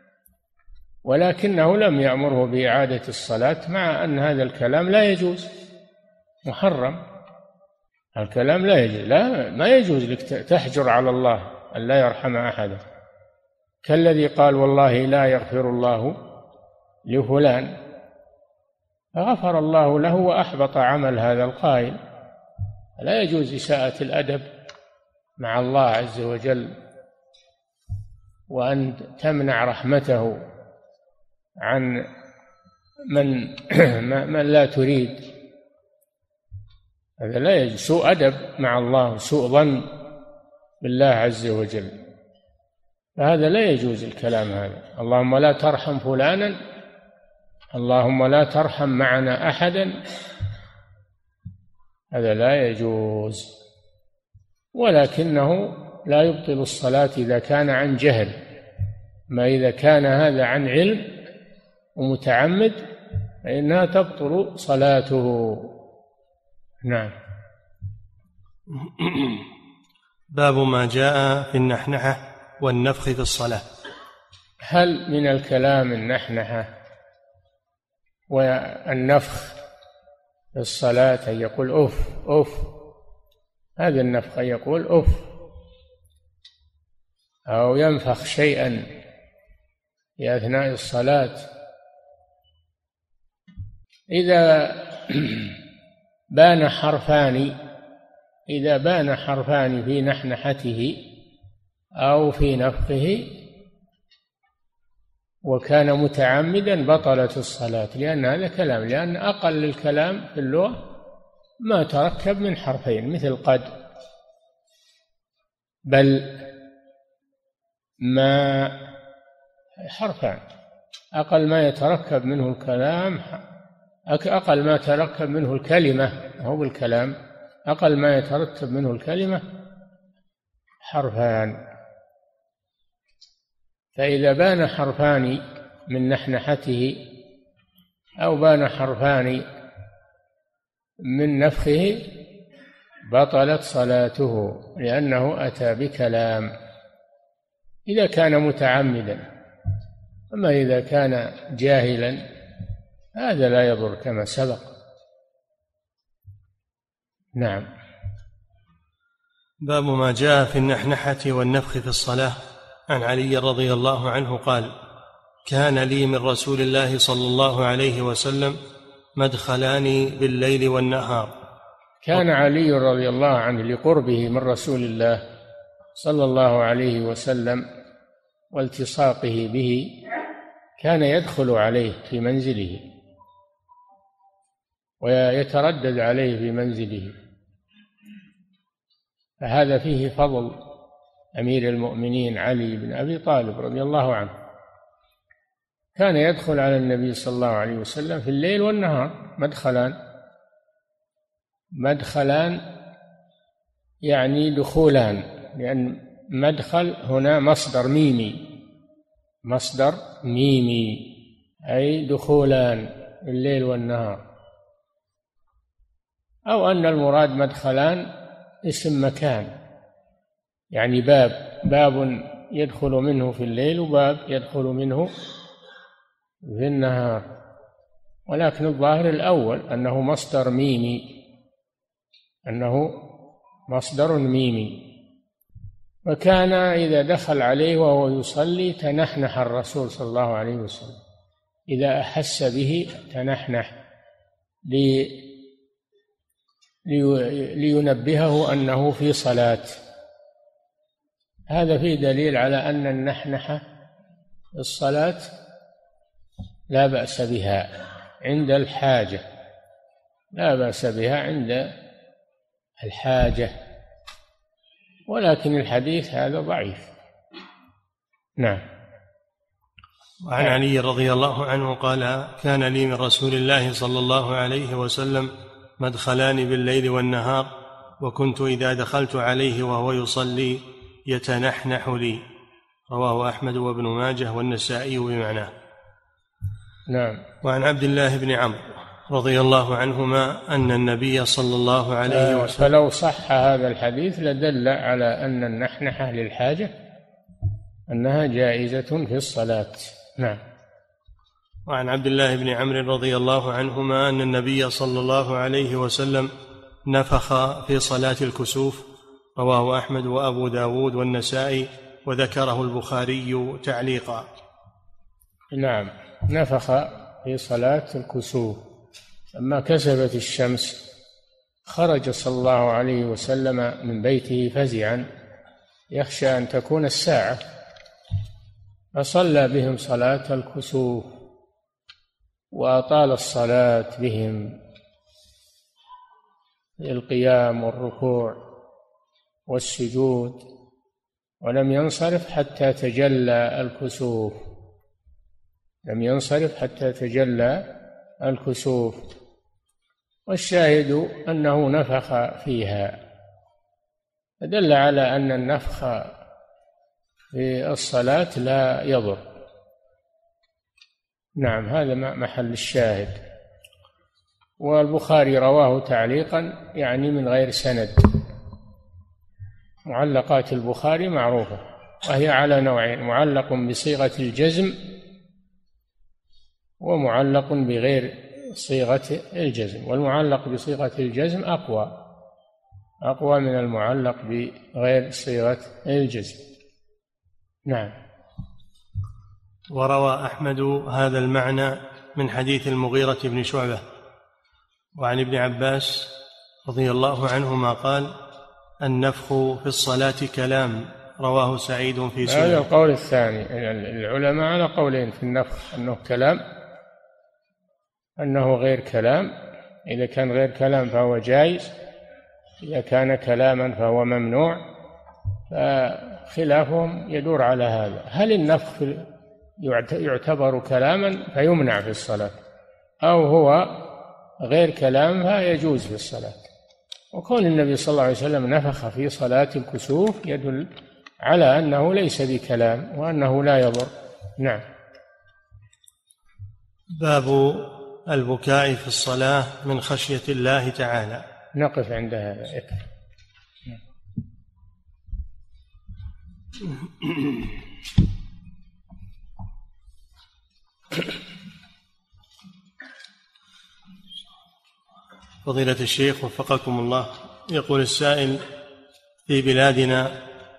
ولكنه لم يأمره بإعادة الصلاة، مع أن هذا الكلام لا يجوز، محرم. الكلام لا يجوز، لا ما يجوز لك تحجر على الله أن لا يرحم أحدا، كالذي قال: والله لا يغفر الله لفلان، فغفر الله له وأحبط عمل هذا القائل. لا يجوز إساءة الأدب مع الله عز وجل، وأن تمنع رحمته عن من لا تريد. هذا لا يجوز، سوء أدب مع الله، سوء ظن بالله عز وجل، فهذا لا يجوز الكلام هذا. اللهم لا ترحم فلانا، اللهم لا ترحم معنا أحدا، هذا لا يجوز. ولكنه لا يبطل الصلاة إذا كان عن جهل، ما إذا كان هذا عن علم ومتعمد فإنها تبطل صلاته. نعم. باب ما جاء في النحنحة والنفخ في الصلاة. هل من الكلام النحنحة والنفخ في الصلاة أن يقول أوف أوف؟ هذا النفخ أن يقول أوف، أو ينفخ شيئا في أثناء الصلاة. إذا بان حرفان في نحنحته أو في نفخه وكان متعمدا بطلت الصلاة، لأن هذا كلام، لأن أقل الكلام في اللغة ما تركب من حرفين، مثل قد، بل، ما، حرفان. أقل ما يتركب منه الكلام، أقل ما تركب منه الكلمة، هو الكلام، أقل ما يترتب منه الكلمة حرفان. فإذا بان حرفان من نحنحته أو بان حرفان من نفخه بطلت صلاته، لأنه أتى بكلام إذا كان متعمدا. أما إذا كان جاهلا هذا لا يضر كما سبق. نعم. باب ما جاء في النحنحة والنفخ في الصلاة. عن علي رضي الله عنه قال: كان لي من رسول الله صلى الله عليه وسلم مدخلان بالليل والنهار. كان علي رضي الله عنه لقربه من رسول الله صلى الله عليه وسلم والتصاقه به كان يدخل عليه في منزله ويتردد عليه في منزله، فهذا فيه فضل أمير المؤمنين علي بن أبي طالب رضي الله عنه. كان يدخل على النبي صلى الله عليه وسلم في الليل والنهار، مدخلان يعني دخولان، لأن مدخل هنا مصدر ميمي أي دخولان الليل والنهار، أو أن المراد مدخلان اسم مكان، يعني باب يدخل منه في الليل وباب يدخل منه في النهار. ولكن الظاهر الأول أنه مصدر ميمي. وكان إذا دخل عليه وهو يصلي تنحنح الرسول صلى الله عليه وسلم، إذا أحس به تنحنح لينبهه أنه في صلاة. هذا فيه دليل على أن النحنحة الصلاة لا بأس بها عند الحاجة، لا بأس بها عند الحاجة، ولكن الحديث هذا ضعيف. نعم. وعن علي رضي الله عنه قال: كان لي من رسول الله صلى الله عليه وسلم مدخلان بالليل والنهار، وكنت إذا دخلت عليه وهو يصلي يتنحنح لي. رواه أحمد وابن ماجه والنسائي بمعناه. نعم. وعن عبد الله بن عمرو رضي الله عنهما أن النبي صلى الله عليه وسلم فلو صح هذا الحديث لدل على أن النحنحة للحاجة أنها جائزة في الصلاة. نعم. وعن عبد الله بن عمرو رضي الله عنهما أن النبي صلى الله عليه وسلم نفخ في صلاة الكسوف، رواه أحمد وأبو داود والنسائي، وذكره البخاري تعليقا. نعم، نفخ في صلاة الكسوف لما كسفت الشمس، خرج صلى الله عليه وسلم من بيته فزعا يخشى أن تكون الساعة، فصلى بهم صلاة الكسوف وأطال الصلاة بهم القيام والركوع والسجود، ولم ينصرف حتى تجلى الكسوف، لم ينصرف حتى تجلى الكسوف. والشاهد أنه نفخ فيها، دل على أن النفخ في الصلاة لا يضر. نعم، هذا محل الشاهد. والبخاري رواه تعليقا يعني من غير سند. معلقات البخاري معروفة وهي على نوعين: معلق بصيغة الجزم ومعلق بغير صيغة الجزم، والمعلق بصيغة الجزم أقوى من المعلق بغير صيغة الجزم. نعم. وروى أحمد هذا المعنى من حديث المغيرة بن شعبة. وعن ابن عباس رضي الله عنهما قال: النفخ في الصلاة كلام، رواه سعيد في سنة. هذا القول الثاني. العلماء على قولين في النفخ: أنه كلام، أنه غير كلام. إذا كان غير كلام فهو جائز، إذا كان كلاما فهو ممنوع. فخلافهم يدور على هذا: هل النفخ يعتبر كلاما فيمنع في الصلاة، أو هو غير كلام فيجوز في الصلاة؟ وكون النبي صلى الله عليه وسلم نفخ في صلاة الكسوف يدل على أنه ليس بكلام وأنه لا يضر. نعم. باب البكاء في الصلاة من خشية الله تعالى. نقف عند هذا. فضيلة الشيخ وفقكم الله، يقول السائل: في بلادنا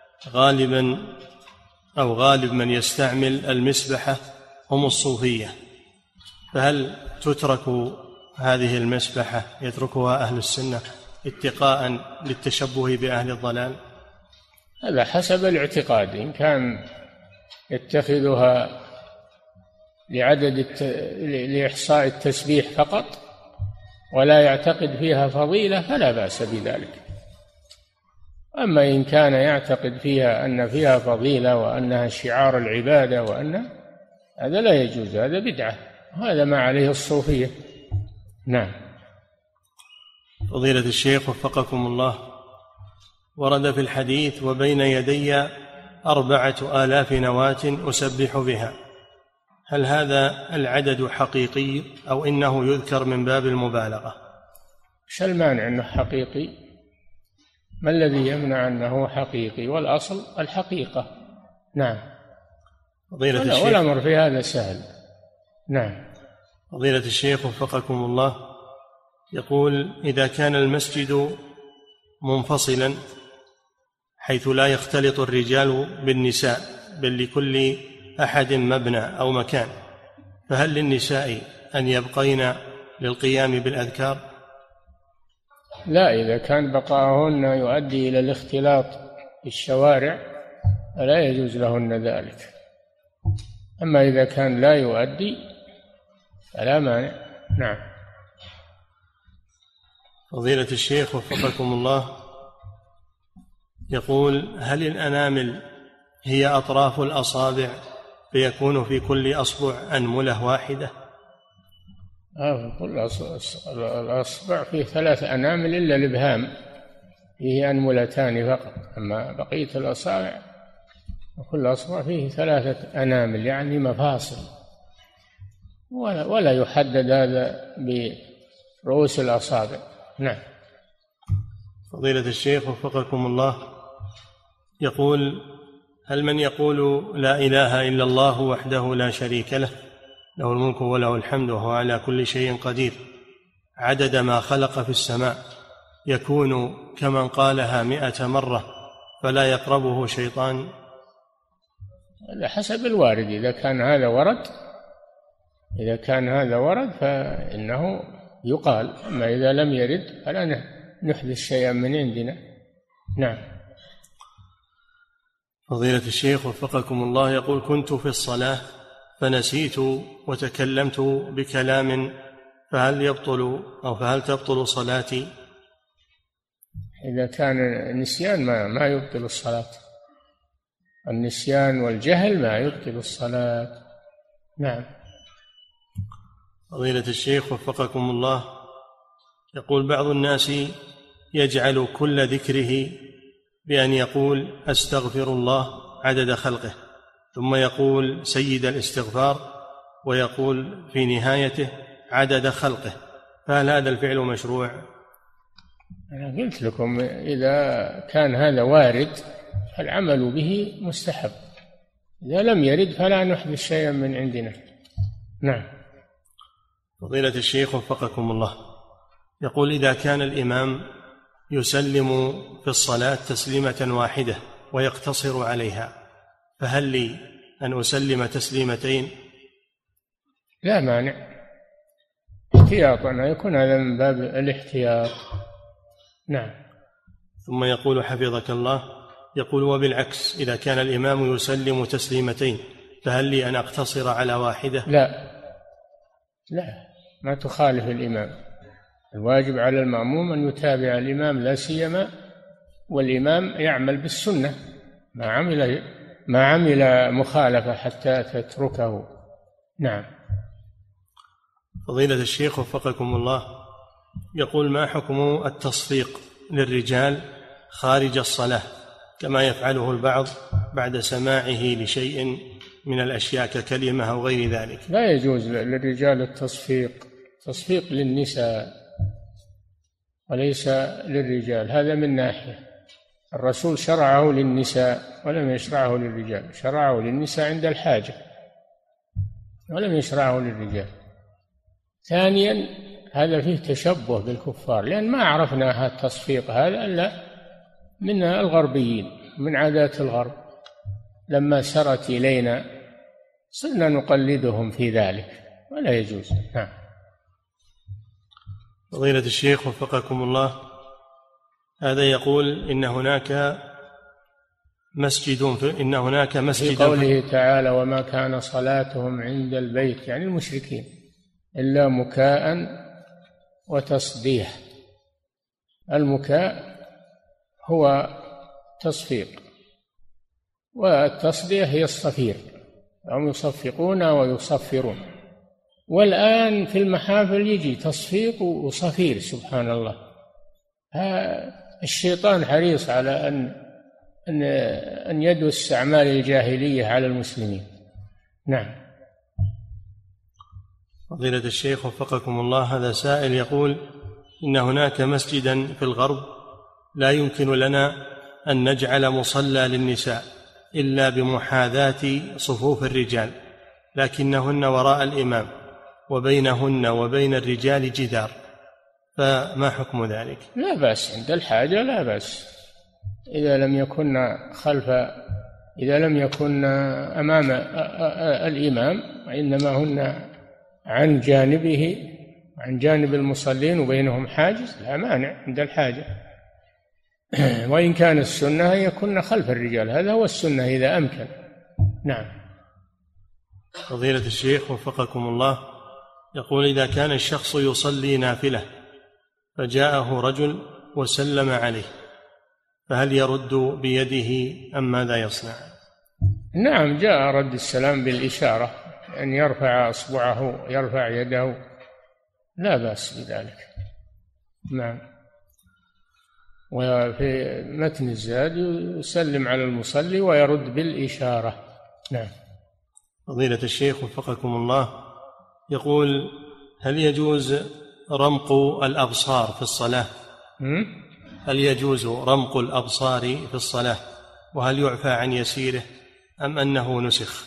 غالب من يستعمل المسبحة هم الصوفية، فهل تترك هذه المسبحة، يتركها أهل السنة اتقاء للتشبه بأهل الضلال؟ هذا حسب الاعتقاد. إن كان يتخذها لإحصاء التسبيح فقط ولا يعتقد فيها فضيلة فلا بأس بذلك. أما إن كان يعتقد فيها أن فيها فضيلة وأنها شعار العبادة هذا لا يجوز، هذا بدعة، وهذا ما عليه الصوفية. نعم. فضيلة الشيخ وفقكم الله، ورد في الحديث: وبين يدي 4000 نواة أسبح بها. هل هذا العدد حقيقي أو إنه يذكر من باب المبالغة؟ ايش المانع أنه حقيقي؟ ما الذي يمنع أنه حقيقي؟ والأصل الحقيقة. نعم. فضيلة الشيخ، والأمر في هذا سهل. نعم. فضيلة الشيخ وفقكم الله، يقول: إذا كان المسجد منفصلا حيث لا يختلط الرجال بالنساء بل لكل أحد مبنى أو مكان، فهل للنساء أن يبقين للقيام بالأذكار؟ لا، إذا كان بقاءهن يؤدي إلى الاختلاط في الشوارع فلا يجوز لهن ذلك. أما إذا كان لا يؤدي فلا مانع. نعم. فضيلة الشيخ وفقكم الله، يقول: هل الأنامل هي أطراف الأصابع فيكون في كل أصبع أنملة واحدة؟ كل الأصبع فيه 3 أنامل إلا الإبهام فيه أنملتان فقط، أما بقية الأصابع وكل أصبع فيه 3 أنامل يعني مفاصل. ولا يحدد هذا برؤوس الأصابع. نعم. فضيلة الشيخ وفقكم الله، يقول: هل من يقول لا إله إلا الله وحده لا شريك له، له الملك وله الحمد وهو على كل شيء قدير، عدد ما خلق في السماء، يكون كمن قالها 100 مرة فلا يقربه شيطان؟ على حسب الوارد. إذا كان هذا ورد فإنه يقال، أما إذا لم يرد فلا نحدث شيئا من عندنا. نعم. فضيلة الشيخ وفقكم الله، يقول: كنت في الصلاة فنسيت وتكلمت بكلام، فهل تبطل صلاتي؟ إذا كان النسيان ما يبطل الصلاة. النسيان والجهل ما يبطل الصلاة. نعم. فضيلة الشيخ وفقكم الله، يقول: بعض الناس يجعل كل ذكره بأن يقول أستغفر الله عدد خلقه، ثم يقول سيد الاستغفار، ويقول في نهايته عدد خلقه، فهل هذا الفعل مشروع؟ أنا قلت لكم إذا كان هذا وارد فالعمل به مستحب، إذا لم يرد فلا نحدث شيئا من عندنا. نعم. فضيلة الشيخ وفقكم الله، يقول: إذا كان الإمام يسلم في الصلاة تسليمة واحدة ويقتصر عليها، فهل لي أن أسلم تسليمتين؟ لا مانع، احتياطا، يكون هذا من باب الاحتياط. نعم. ثم يقول حفظك الله، يقول: وبالعكس، إذا كان الإمام يسلم تسليمتين فهل لي أن أقتصر على واحدة؟ لا، ما تخالف الإمام. الواجب على المأموم أن يتابع الإمام، لا سيما والإمام يعمل بالسنة، ما عمل مخالفة حتى تتركه. نعم. فضيلة الشيخ وفقكم الله، يقول: ما حكم التصفيق للرجال خارج الصلاة كما يفعله البعض بعد سماعه لشيء من الأشياء ككلمة أو غير ذلك؟ لا يجوز للرجال التصفيق للنساء وليس للرجال. هذا من ناحية. الرسول شرعه للنساء ولم يشرعه للرجال، شرعه للنساء عند الحاجة ولم يشرعه للرجال. ثانيا، هذا فيه تشبه بالكفار، لأن ما عرفنا التصفيق هذا إلا من الغربيين، من عادات الغرب. لما سرت إلينا صرنا نقلدهم في ذلك، ولا يجوز. نعم. فضيلة الشيخ وفقكم الله، هذا يقول: إن هناك مسجد في قوله تعالى: وما كان صلاتهم عند البيت، يعني المشركين، إلا مكاء وتصديح. المكاء هو تصفيق، والتصديح هي الصفير، هم يصفقون ويصفرون. والآن في المحافل يجي تصفيق وصفير، سبحان الله. الشيطان حريص على أن يدس أعمال الجاهلية على المسلمين. نعم. فضيلة الشيخ وفقكم الله، هذا سائل يقول: إن هناك مسجدا في الغرب لا يمكن لنا أن نجعل مصلى للنساء إلا بمحاذاة صفوف الرجال، لكنهن وراء الإمام وبينهن وبين الرجال جدار، فما حكم ذلك؟ لا بأس، عند الحاجة لا بأس، إذا لم يكن أمام الإمام، وإنما هن عن جانبه، عن جانب المصلين وبينهم حاجز، لا مانع عند الحاجة. وإن كان السنة يكون خلف الرجال، هذا هو السنة إذا أمكن. نعم. فضيلة الشيخ وفقكم الله، يقول: إذا كان الشخص يصلي نافلة فجاءه رجل وسلم عليه، فهل يرد بيده أم ماذا يصنع؟ نعم، جاء رد السلام بالإشارة، أن يرفع أصبعه، يرفع يده، لا بأس بذلك. نعم. وفي متن الزاد يسلم على المصلي ويرد بالإشارة. نعم. فضيلة الشيخ وفقكم الله، يقول: هل يجوز رمق الأبصار في الصلاة؟ هل يجوز رمق الأبصار في الصلاة؟ وهل يعفى عن يسيره أم أنه نسخ؟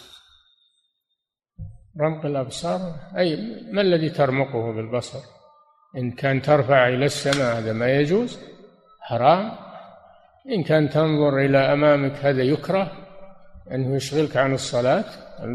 رمق الأبصار أي ما الذي ترمقه بالبصر؟ إن كان ترفع إلى السماء هذا ما يجوز، حرام. إن كان تنظر إلى أمامك هذا يكره، أنه يشغلك عن الصلاة.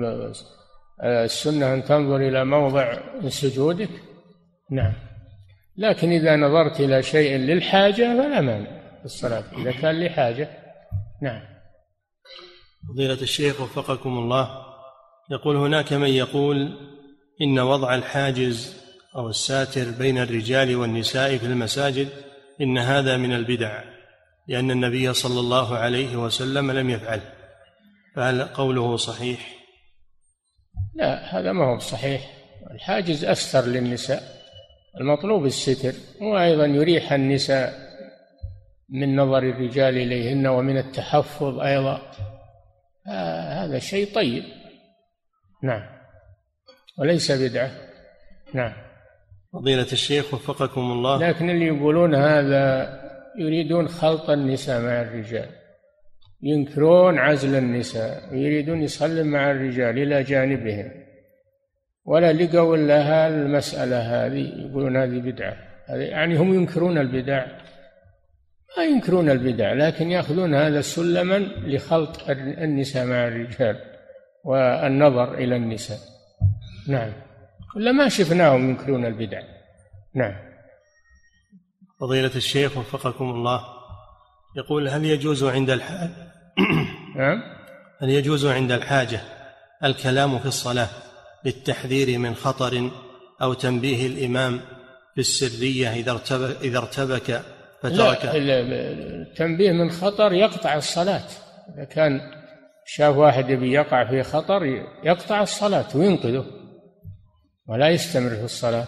السنة أن تنظر إلى موضع سجودك، نعم. لكن إذا نظرت إلى شيء للحاجة فلا مانع في الصلاة إذا كان لحاجة، نعم. فضيلة الشيخ وفقكم الله، يقول: هناك من يقول إن وضع الحاجز أو الساتر بين الرجال والنساء في المساجد إن هذا من البدع، لأن النبي صلى الله عليه وسلم لم يفعله، فهل قوله صحيح؟ لا، هذا ما هو صحيح. الحاجز أستر للنساء، المطلوب الستر، وأيضا يريح النساء من نظر الرجال إليهن ومن التحفظ أيضا، هذا شيء طيب، نعم، وليس بدعة، نعم. فضيلة الشيخ وفقكم الله، لكن اللي يقولون هذا يريدون خلط النساء مع الرجال، ينكرون عزل النساء ويريدون يصلون مع الرجال إلى جانبهم، ولا لقوا لها المسألة هذه، يقولون هذه بدعة. يعني هم ينكرون البدع، ما ينكرون البدع، لكن يأخذون هذا سلما لخلط النساء مع الرجال والنظر إلى النساء، نعم. ولا ما شفناهم ينكرون البدع، نعم. فضيلة الشيخ وفقكم الله، يقول: هل يجوز عند الحاجة نعم؟ هل يجوز عند الحاجة الكلام في الصلاة للتحذير من خطر أو تنبيه الإمام في السرية إذا ارتبك فترك؟ لا، التنبيه من خطر يقطع الصلاة. إذا كان شاف واحد يبي يقع في خطر يقطع الصلاة وينقذه ولا يستمر في الصلاة.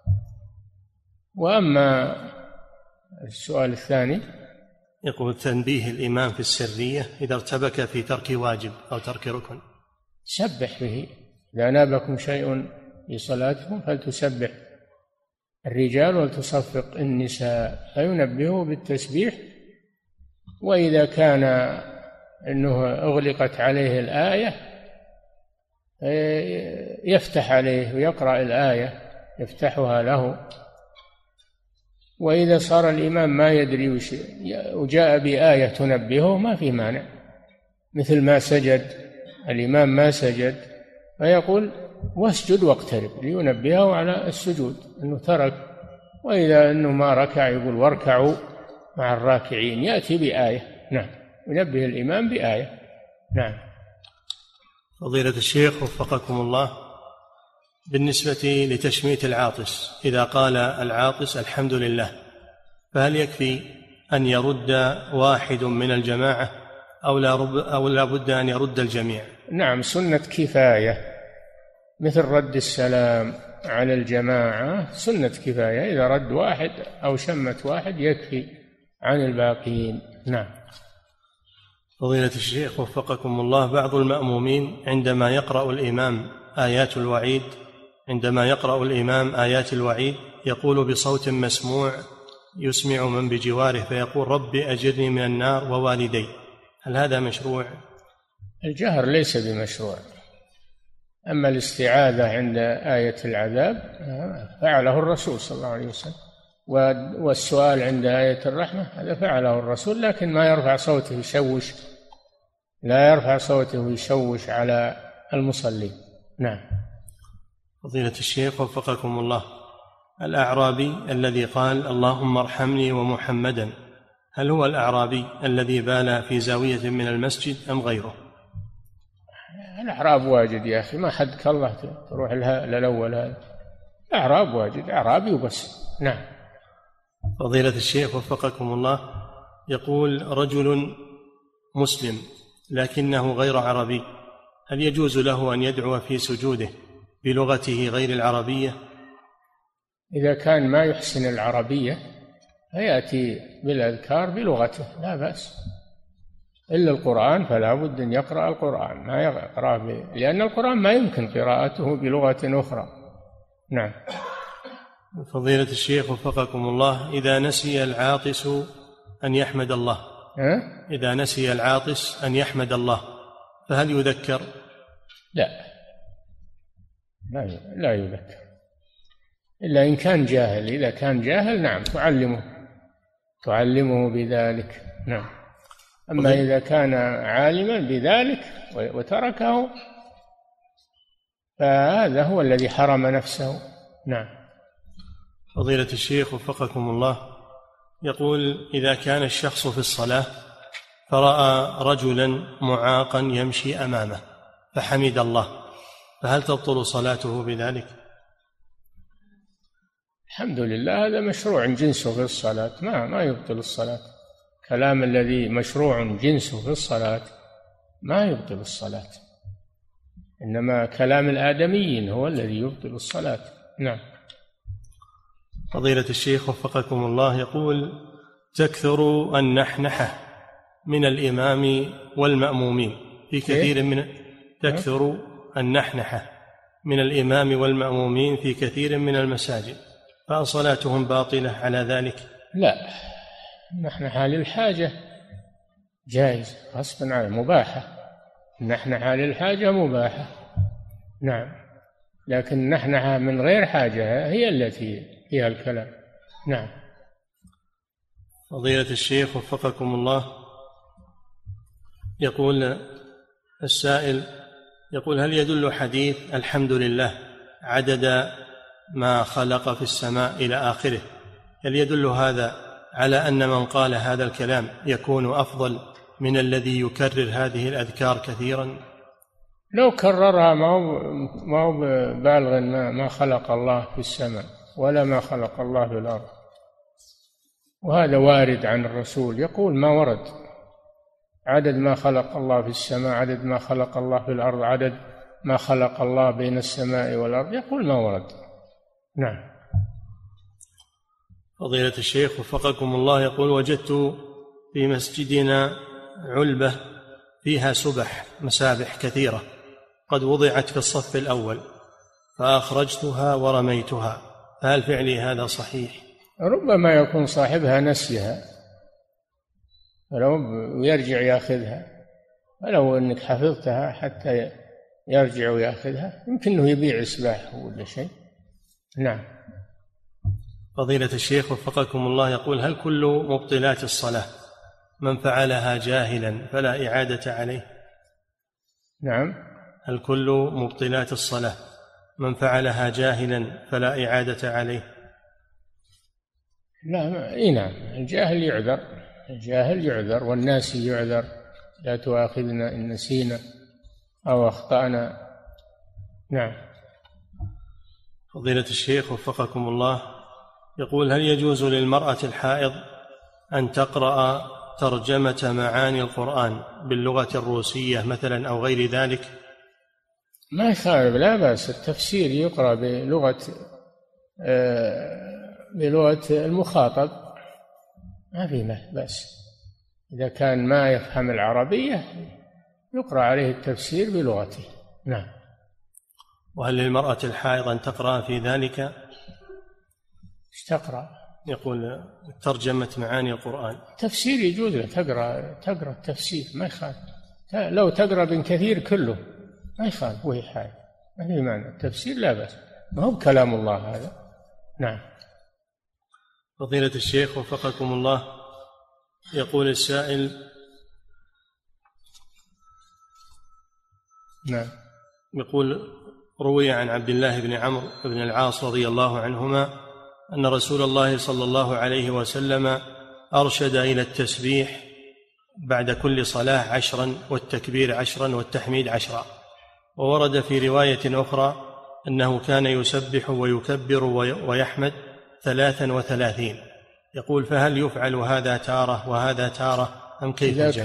وأما السؤال الثاني، يقول: تنبيه الإمام في السرية إذا ارتبك في ترك واجب أو ترك ركن. سبح به، إذا نابكم شيء في صلاتكم فلتسبح الرجال ولتصفق النساء، فينبهوا بالتسبيح. وإذا كان أنه أغلقت عليه الآية يفتح عليه ويقرأ الآية، يفتحها له. وإذا صار الإمام ما يدري وجاء بآية تنبهه ما في مانع، مثل ما سجد الإمام ما سجد فيقول واسجد واقترب لينبهه على السجود أنه ترك. وإذا أنه ما ركع يقول واركعوا مع الراكعين، يأتي بآية، نعم، ينبه الإمام بآية، نعم. فضيلة الشيخ وفقكم الله، بالنسبة لتشميت العاطس، إذا قال العاطس الحمد لله، فهل يكفي أن يرد واحد من الجماعة أو لا بد أن يرد الجميع؟ نعم، سنة كفاية، مثل رد السلام على الجماعة سنة كفاية، إذا رد واحد أو شمت واحد يكفي عن الباقين، نعم. فضيلة الشيخ وفقكم الله، بعض المأمومين عندما يقرأ الإمام آيات الوعيد يقول بصوت مسموع يسمع من بجواره، فيقول رب أجرني من النار ووالدي، هل هذا مشروع؟ الجهر ليس بمشروع، أما الاستعاذة عند آية العذاب فعله الرسول صلى الله عليه وسلم، والسؤال عند آية الرحمة هذا فعله الرسول، لكن ما يرفع صوته يشوش، لا يرفع صوته يشوش على المصلين، نعم. فضيلة الشيخ وفقكم الله، الأعرابي الذي قال اللهم ارحمني ومحمدا، هل هو الأعرابي الذي بال في زاوية من المسجد أم غيره؟ الأعراب واجد يا أخي، ما حدك الله تروح للأول، هذا الأعراب واجد، أعرابي وبس، نعم. فضيلة الشيخ وفقكم الله، يقول رجل مسلم لكنه غير عربي، هل يجوز له أن يدعو في سجوده بلغته غير العربية؟ إذا كان ما يحسن العربية فيأتي بالأذكار بلغته لا بأس، إلا القرآن فلا بد أن يقرأ القرآن، ما يقرأ لأن القرآن ما يمكن قراءته بلغة أخرى، نعم. فضيلة الشيخ وفقكم الله، إذا نسي العاطس أن يحمد الله، إذا نسي العاطس أن يحمد الله فهل يذكر؟ لا يذكر إلا إن كان جاهل. إذا كان جاهل نعم تعلمه بذلك. نعم. أما إذا كان عالما بذلك وتركه فهذا هو الذي حرم نفسه. نعم. فضيلة الشيخ وفقكم الله، يقول: إذا كان الشخص في الصلاة فرأى رجلا معاقا يمشي أمامه فحمد الله، فهل تبطل صلاته بذلك؟ الحمد لله، هذا مشروع جنسه في الصلاة، ما يبطل الصلاة. كلام الذي مشروع جنسه في الصلاة ما يبطل الصلاة، إنما كلام الآدميين هو الذي يبطل الصلاة. نعم. فضيلة الشيخ وفقكم الله، يقول: تكثر النحنحة من الإمام والمأمومين في كثير من تكثر النحنحة من الإمام والمأمومين في كثير من المساجد، فصلاتهم باطلة على ذلك؟ لا، النحنحة للحاجة جائز غصبا عنه، مباحة. النحنحة للحاجة مباحة. نعم. لكن النحنحة من غير حاجة هي التي فيها الكلام. نعم. فضيلة الشيخ وفقكم الله، يقول السائل: يقول: هل يدل حديث الحمد لله عدد ما خلق في السماء إلى آخره، هل يدل هذا على أن من قال هذا الكلام يكون أفضل من الذي يكرر هذه الأذكار كثيرا؟ لو كررها ما هو بالغ ما خلق الله في السماء ولا ما خلق الله في الأرض، وهذا وارد عن الرسول، يقول ما ورد: عدد ما خلق الله في السماء، عدد ما خلق الله في الأرض، عدد ما خلق الله بين السماء والأرض، يقول ما ورد. نعم. فضيلة الشيخ وفقكم الله، يقول: وجدت في مسجدنا علبة فيها مسابح كثيرة قد وضعت في الصف الأول فأخرجتها ورميتها، فهل فعلي هذا صحيح؟ ربما يكون صاحبها نسيها فلو يرجع يأخذها، ولو أنك حفظتها حتى يرجع ويأخذها يمكن أنه يبيع سلاح ولا شيء. نعم. فضيلة الشيخ وفقكم الله، يقول: هل كل مبطلات الصلاة من فعلها جاهلا فلا إعادة عليه؟ نعم. هل كل مبطلات الصلاة من فعلها جاهلا فلا إعادة عليه؟ لا، نعم، الجاهل يعذر والناسي يعذر، لا تؤاخذنا إن نسينا أو أخطأنا. نعم. فضيلة الشيخ وفقكم الله، يقول: هل يجوز للمرأة الحائض أن تقرأ ترجمة معاني القرآن باللغة الروسية مثلا أو غير ذلك؟ ما يخالف، لا بأس، التفسير يقرأ بلغة المخاطب، ما في بأس. إذا كان ما يفهم العربية يقرأ عليه التفسير بلغته. نعم. وهل للمرأة الحائض أن تقرأ في ذلك؟ ايش تقرأ؟ يقول: ترجمة معاني القرآن. تفسير يجوز لك تقرأ التفسير، ما يخالف. لو تقرأ ابن كثير كله ما يخالف، وهي حائض ما في معنى، التفسير لا بأس، ما هو كلام الله هذا. نعم. فضيلة الشيخ وفقكم الله، يقول السائل: نعم. يقول: روي عن عبد الله بن عمرو بن العاص رضي الله عنهما أن رسول الله صلى الله عليه وسلم أرشد إلى التسبيح بعد كل صلاة 10 والتكبير 10 والتحميد 10، وورد في رواية أخرى أنه كان يسبح ويكبر ويحمد 33. يقول: فهل يفعل هذا تارة وهذا تارة أم كيف؟ إذا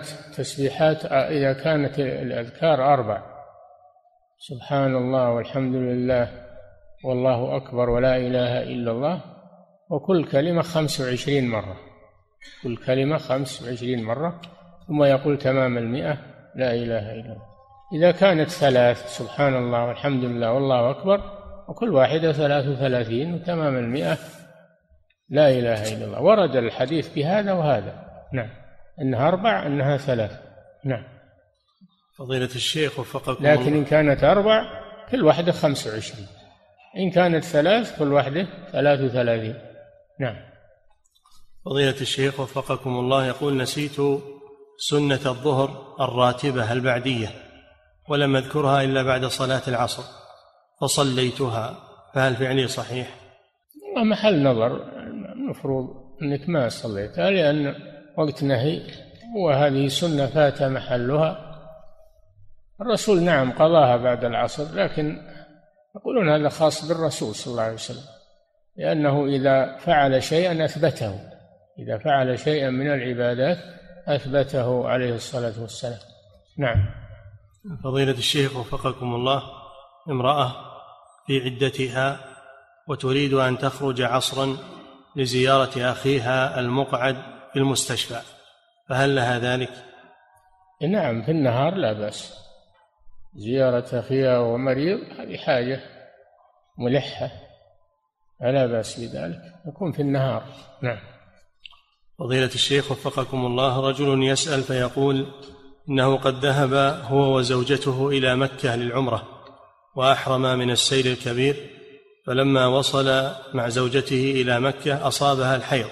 كانت الأذكار 4: سبحان الله والحمد لله والله أكبر ولا إله إلا الله، وكل كلمة 25 مرة، كل كلمة 25 مرة، ثم يقول تمام 100 لا إله إلا الله. إذا كانت 3: سبحان الله والحمد لله والله أكبر، وكل واحدة 33 وتمام 100 لا إله إلا الله. ورد الحديث بهذا وهذا. نعم، إنها 4 إنها 3. نعم. فضيلة الشيخ وفقكم لكن الله. إن كانت 4 كل واحدة 25. إن كانت 3 كل واحدة 33. نعم. فضيلة الشيخ وفقكم الله يقول: نسيت سنة الظهر الراتبة البعدية ولم أذكرها إلا بعد صلاة العصر فصليتها، فهل فعلي صحيح؟ محل نظر. المفروض أنك ما صليتها لأن وقت نهي، وهذه سنة فات محلها. الرسول نعم قضاها بعد العصر، لكن يقولون هذا خاص بالرسول صلى الله عليه وسلم، لأنه إذا فعل شيئا أثبته، إذا فعل شيئا من العبادات أثبته عليه الصلاة والسلام. نعم. فضيلة الشيخ وفقكم الله، امرأة في عدتها وتريد أن تخرج عصرا لزيارة أخيها المقعد في المستشفى، فهل لها ذلك؟ نعم، في النهار لا بأس. زيارة أخيها ومريض هذه حاجة ملحة، فلا بأس بذلك، يكون في النهار. نعم. فضيلة الشيخ وفقكم الله، رجل يسأل فيقول إنه قد ذهب هو وزوجته إلى مكة للعمرة وأحرم من السيل الكبير، فلما وصل مع زوجته إلى مكة أصابها الحيض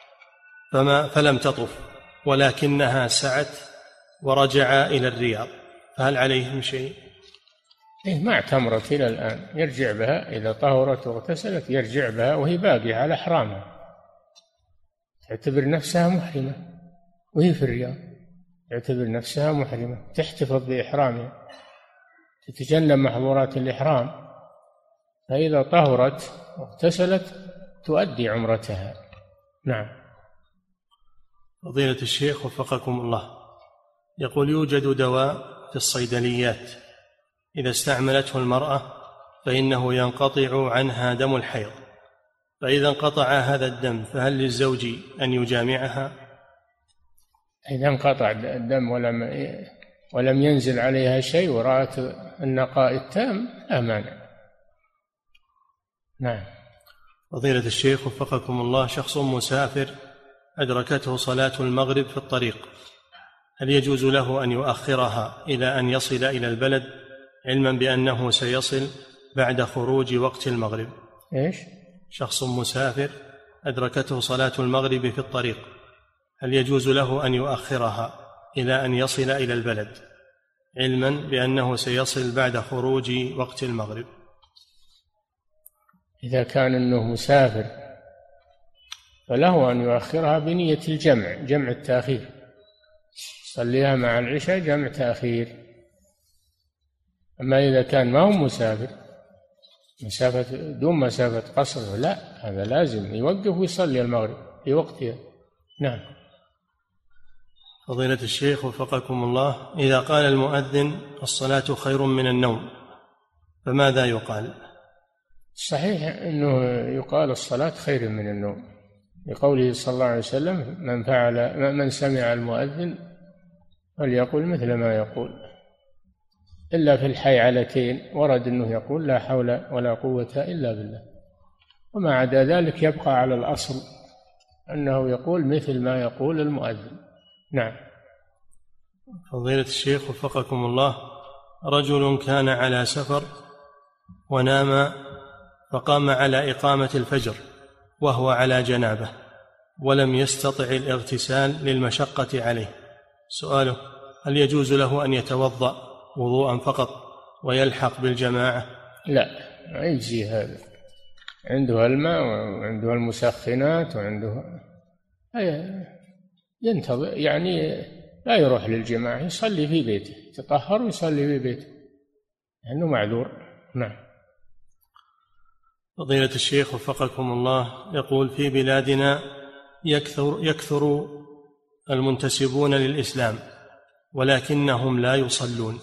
فلم تطف، ولكنها سعت ورجع إلى الرياض، فهل عليه من شيء؟ ما اعتمرت إلى الآن، يرجع بها إذا طهرت واغتسلت، يرجع بها وهي باقية على إحرامها، تعتبر نفسها محرمة وهي في الرياض، تعتبر نفسها محرمة، تحتفظ بإحرامها، تتجنب محظورات الإحرام، فإذا طهرت واغتسلت تؤدي عمرتها. نعم. فضيلة الشيخ وفقكم الله، يقول: يوجد دواء في الصيدليات إذا استعملته المرأة فإنه ينقطع عنها دم الحيض، فإذا انقطع هذا الدم فهل للزوج أن يجامعها؟ إذا انقطع الدم ولم ينزل عليها شيء ورأت النقاء التام لا مانع. نعم. فضيلة الشيخ وفقكم الله، شخص مسافر أدركته صلاة المغرب في الطريق، هل يجوز له أن يؤخرها إلى أن يصل إلى البلد علما بأنه سيصل بعد خروج وقت المغرب؟ إيش؟ شخص مسافر أدركته صلاة المغرب في الطريق، هل يجوز له أن يؤخرها إلى أن يصل إلى البلد علما بأنه سيصل بعد خروج وقت المغرب؟ إذا كان أنه مسافر فله أن يؤخرها بنية الجمع، جمع التأخير، صليها مع العشاء جمع تأخير. أما إذا كان ما هو مسافر، مسافة دون مسافة قصر، لا، هذا لازم يوقف ويصلي المغرب في وقتها. نعم. فضيلة الشيخ وفقكم الله، إذا قال المؤذن الصلاة خير من النوم فماذا يقال؟ صحيح أنه يقال الصلاة خير من النوم، لقوله صلى الله عليه وسلم: من سمع المؤذن فليقول مثل ما يقول، إلا في الحيعلتين ورد أنه يقول لا حول ولا قوة إلا بالله، وما عدا ذلك يبقى على الأصل أنه يقول مثل ما يقول المؤذن. نعم. فضيلة الشيخ وفقكم الله، رجل كان على سفر ونام فقام على إقامة الفجر وهو على جنابه ولم يستطع الاغتسال للمشقة عليه، سؤاله: هل يجوز له أن يتوضأ وضوءا فقط ويلحق بالجماعة؟ لا، ما يجزي هذا، عنده الماء وعنده المسخنات وعنده، ينتظر يعني لا يروح للجماعة، يصلي في بيته، يتطهر ويصلي في بيته لأنه معذور. نعم. فضيلة الشيخ وفقكم الله، يقول: في بلادنا يكثر المنتسبون للإسلام ولكنهم لا يصلون.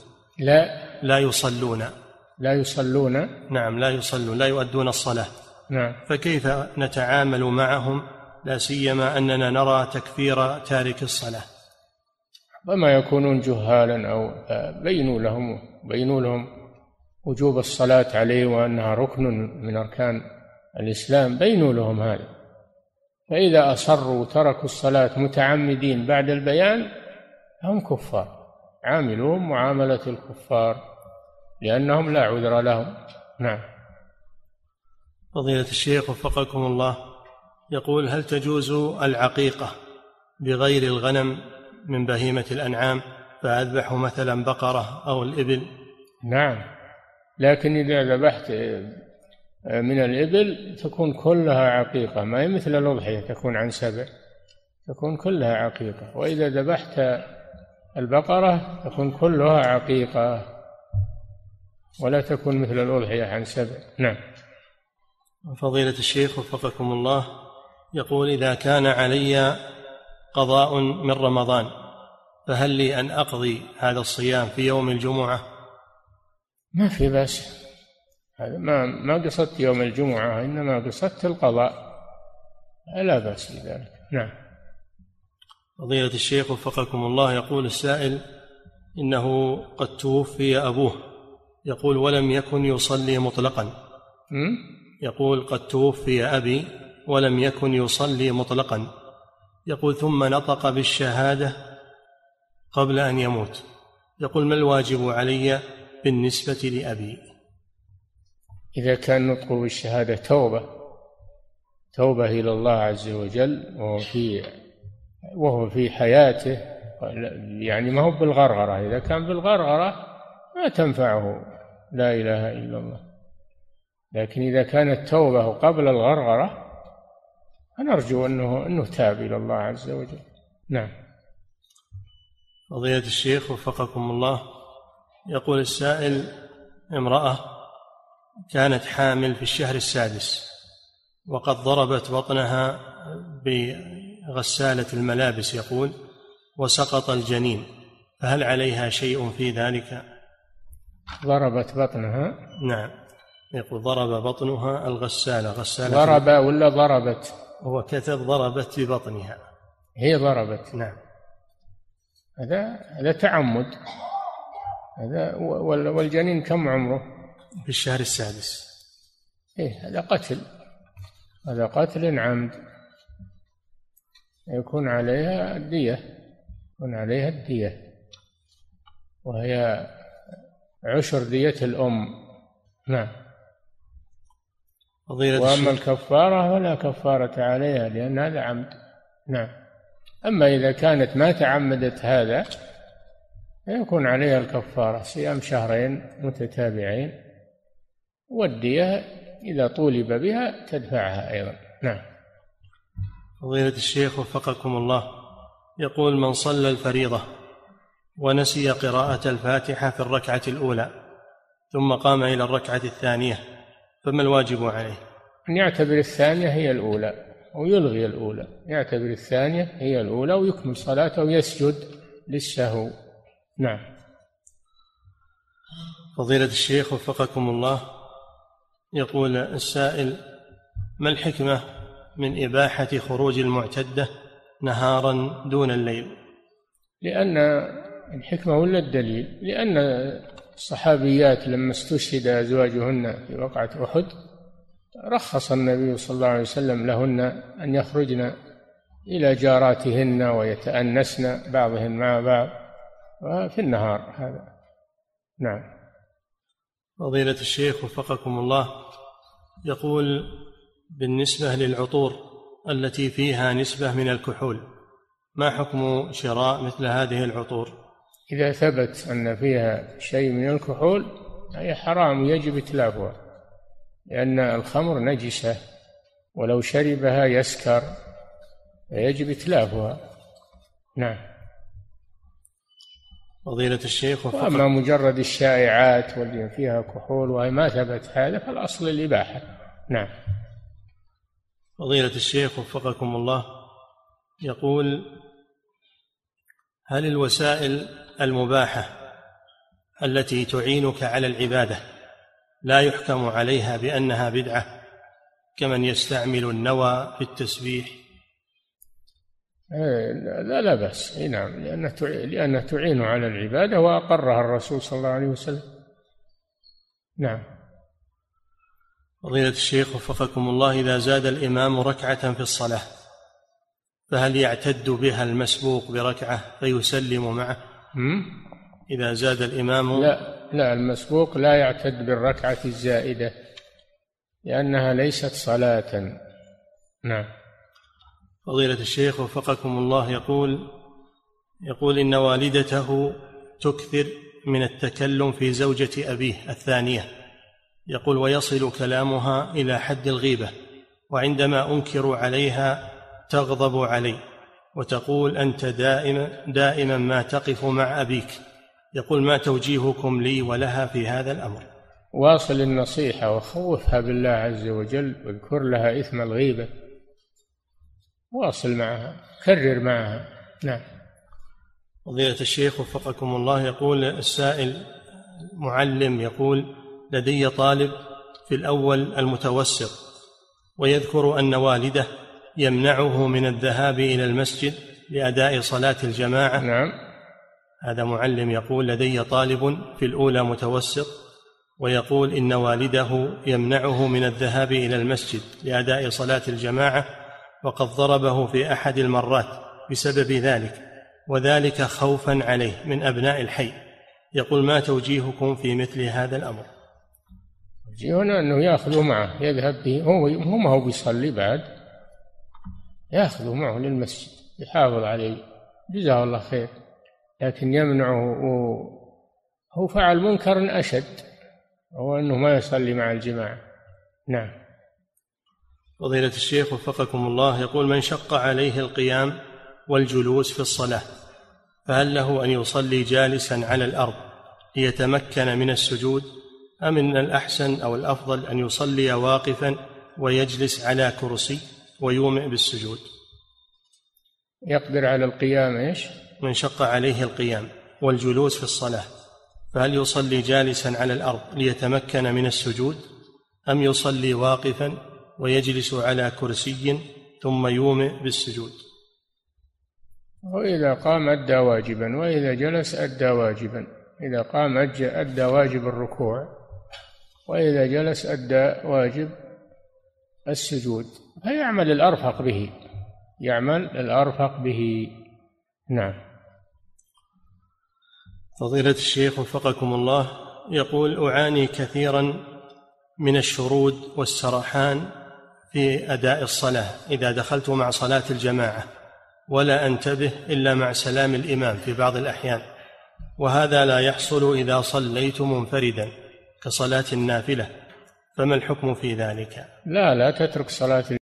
نعم، لا يصلون، لا يؤدون الصلاة. نعم. فكيف نتعامل معهم، لا سيما أننا نرى تكفير تارك الصلاة؟ وما يكونون جهالا أو بينوا لهم وجوب الصلاة عليه وأنها ركن من أركان الإسلام، بينوا لهم هذا. فإذا أصروا وتركوا الصلاة متعمدين بعد البيان هم كفار، عاملوهم معاملة الكفار لأنهم لا عذر لهم. نعم. فضيلة الشيخ وفقكم الله، يقول: هل تجوز العقيقة بغير الغنم من بهيمة الأنعام، فأذبح مثلا بقرة أو الإبل؟ نعم، لكن إذا ذبحت من الإبل تكون كلها عقيقة، ما هي مثل الأضحية تكون عن 7، تكون كلها عقيقة. وإذا ذبحت البقرة تكون كلها عقيقة ولا تكون مثل الأضحية عن 7. نعم. فضيلة الشيخ وفقكم الله، يقول: إذا كان علي قضاء من رمضان فهل لي أن أقضي هذا الصيام في يوم الجمعة؟ ما في بأس، هذا ما قصدت يوم الجمعة، إنما قصدت القضاء، لا بأس بذلك. نعم. فضيلة الشيخ وفقكم الله، يقول السائل: إنه قد توفي أبوه، يقول: ولم يكن يصلي مطلقا. يقول: قد توفي أبي ولم يكن يصلي مطلقا، يقول: ثم نطق بالشهادة قبل أن يموت، يقول: ما الواجب علي بالنسبة لأبي؟ إذا كان نطقه بالشهادة توبة إلى الله عز وجل وهو في حياته، يعني ما هو بالغرغرة، إذا كان بالغرغرة ما تنفعه لا إله إلا الله، لكن إذا كانت توبة قبل الغرغرة فنرجو أنه تاب إلى الله عز وجل. نعم. فضيلة الشيخ وفقكم الله، يقول السائل: امرأة كانت حامل في الشهر السادس وقد ضربت بطنها بغسالة الملابس، يقول، وسقط الجنين، فهل عليها شيء في ذلك؟ ضربت بطنها؟ نعم، يقول: ضرب بطنها الغسالة. ضرب ولا ضربت؟ هو كتب ضربت ببطنها. هي ضربت. نعم. هذا تعمد، هذا. والجنين كم عمره؟ في الشهر السادس. هذا قتل، هذا قتل عمد، يكون عليها الدية، وهي عشر دية الأم. نعم. وأما الكفارة فلا كفارة عليها لأن هذا عمد. نعم. أما إذا كانت ما تعمدت هذا يكون عليها الكفارة، صيام 2 شهرين متتابعين، والدية إذا طولب بها تدفعها أيضا. نعم. فضيلة الشيخ وفقكم الله، يقول: من صلى الفريضة ونسي قراءة الفاتحة في الركعة الأولى ثم قام إلى الركعة الثانية، فما الواجب عليه؟ أن يعتبر الثانية هي الأولى ويلغي الأولى، يعتبر الثانية هي الأولى ويكمل صلاته ويسجد للسهو. نعم. فضيلة الشيخ وفقكم الله، يقول السائل: ما الحكمة من إباحة خروج المعتدة نهارا دون الليل؟ لأن الحكمة ولا الدليل، لأن الصحابيات لما استشهد أزواجهن في وقعة أحد رخص النبي صلى الله عليه وسلم لهن أن يخرجن إلى جاراتهن ويتأنسن بعضهن مع بعض في النهار هذا. نعم. فضيلة الشيخ وفقكم الله، يقول: بالنسبة للعطور التي فيها نسبة من الكحول، ما حكم شراء مثل هذه العطور؟ إذا ثبت أن فيها شيء من الكحول هي حرام يجب إتلافها، لأن الخمر نجسة ولو شربها يسكر، فيجب إتلافها. نعم. فضيلة الشيخ وأما مجرد الشائعات واللي فيها كحول وهي ما ثبت هذا فالأصل الإباحة. نعم. فضيلة الشيخ وفقكم الله، يقول: هل الوسائل المباحة التي تعينك على العبادة لا يحكم عليها بأنها بدعة، كمن يستعمل النوى في التسبيح؟ لا بأس. نعم، لأنها تعين على العبادة وأقرها الرسول صلى الله عليه وسلم. نعم. فضيلة الشيخ وفقكم الله، إذا زاد الإمام ركعة في الصلاة فهل يعتد بها المسبوق بركعة فيسلم معه؟ إذا زاد الإمام لا، المسبوق لا يعتد بالركعة الزائدة لأنها ليست صلاة. نعم. فضيلة الشيخ وفقكم الله، يقول إن والدته تكثر من التكلم في زوجة أبيه الثانية، يقول ويصل كلامها إلى حد الغيبة، وعندما أنكر عليها تغضب علي وتقول أنت دائما ما تقف مع أبيك. يقول ما توجيهكم لي ولها في هذا الأمر؟ واصل النصيحة وخوفها بالله عز وجل واذكر لها إثم الغيبة، واصل معها، كرر معها. نعم. فضيلة الشيخ وفقكم الله، يقول السائل معلم، يقول لدي طالب في الأول المتوسط ويذكر أن والده يمنعه من الذهاب إلى المسجد لأداء صلاة الجماعة. نعم. هذا معلم يقول لدي طالب في الأولى متوسط ويقول إن والده يمنعه من الذهاب إلى المسجد لأداء صلاة الجماعة، وقد ضربه في أحد المرات بسبب ذلك، وذلك خوفا عليه من أبناء الحي. يقول ما توجيهكم في مثل هذا الأمر؟ توجيهنا أنه يأخذه معه، يذهب به، هو ما هو بيصلي بعد، يأخذه معه للمسجد يحافظ عليه، جزاه الله خير. لكن يمنعه هو فعل منكر أشد، هو أنه ما يصلي مع الجماعة. نعم. فضيلة الشيخ وفقكم الله، يقول من شق عليه القيام والجلوس في الصلاة فهل له أن يصلي جالسا على الأرض ليتمكن من السجود، أم إن الأحسن أو الأفضل أن يصلي واقفا ويجلس على كرسي ويومئ بالسجود؟ يقدر على القيام إيش؟ من شق عليه القيام والجلوس في الصلاة فهل يصلي جالسا على الأرض ليتمكن من السجود، أم يصلي واقفا ويجلس على كرسي ثم يومئ بالسجود؟ وإذا قام أدى واجبا، وإذا جلس أدى واجبا. إذا قام أدى واجب الركوع، وإذا جلس أدى واجب السجود، فيعمل الأرفق به، يعمل الأرفق به. نعم. فضيلة الشيخ وفقكم الله، يقول أعاني كثيرا من الشرود والسرحان في أداء الصلاة إذا دخلت مع صلاة الجماعة، ولا أنتبه إلا مع سلام الإمام في بعض الأحيان، وهذا لا يحصل إذا صليت منفردا كصلاة النافلة، فما الحكم في ذلك؟ لا تترك صلاة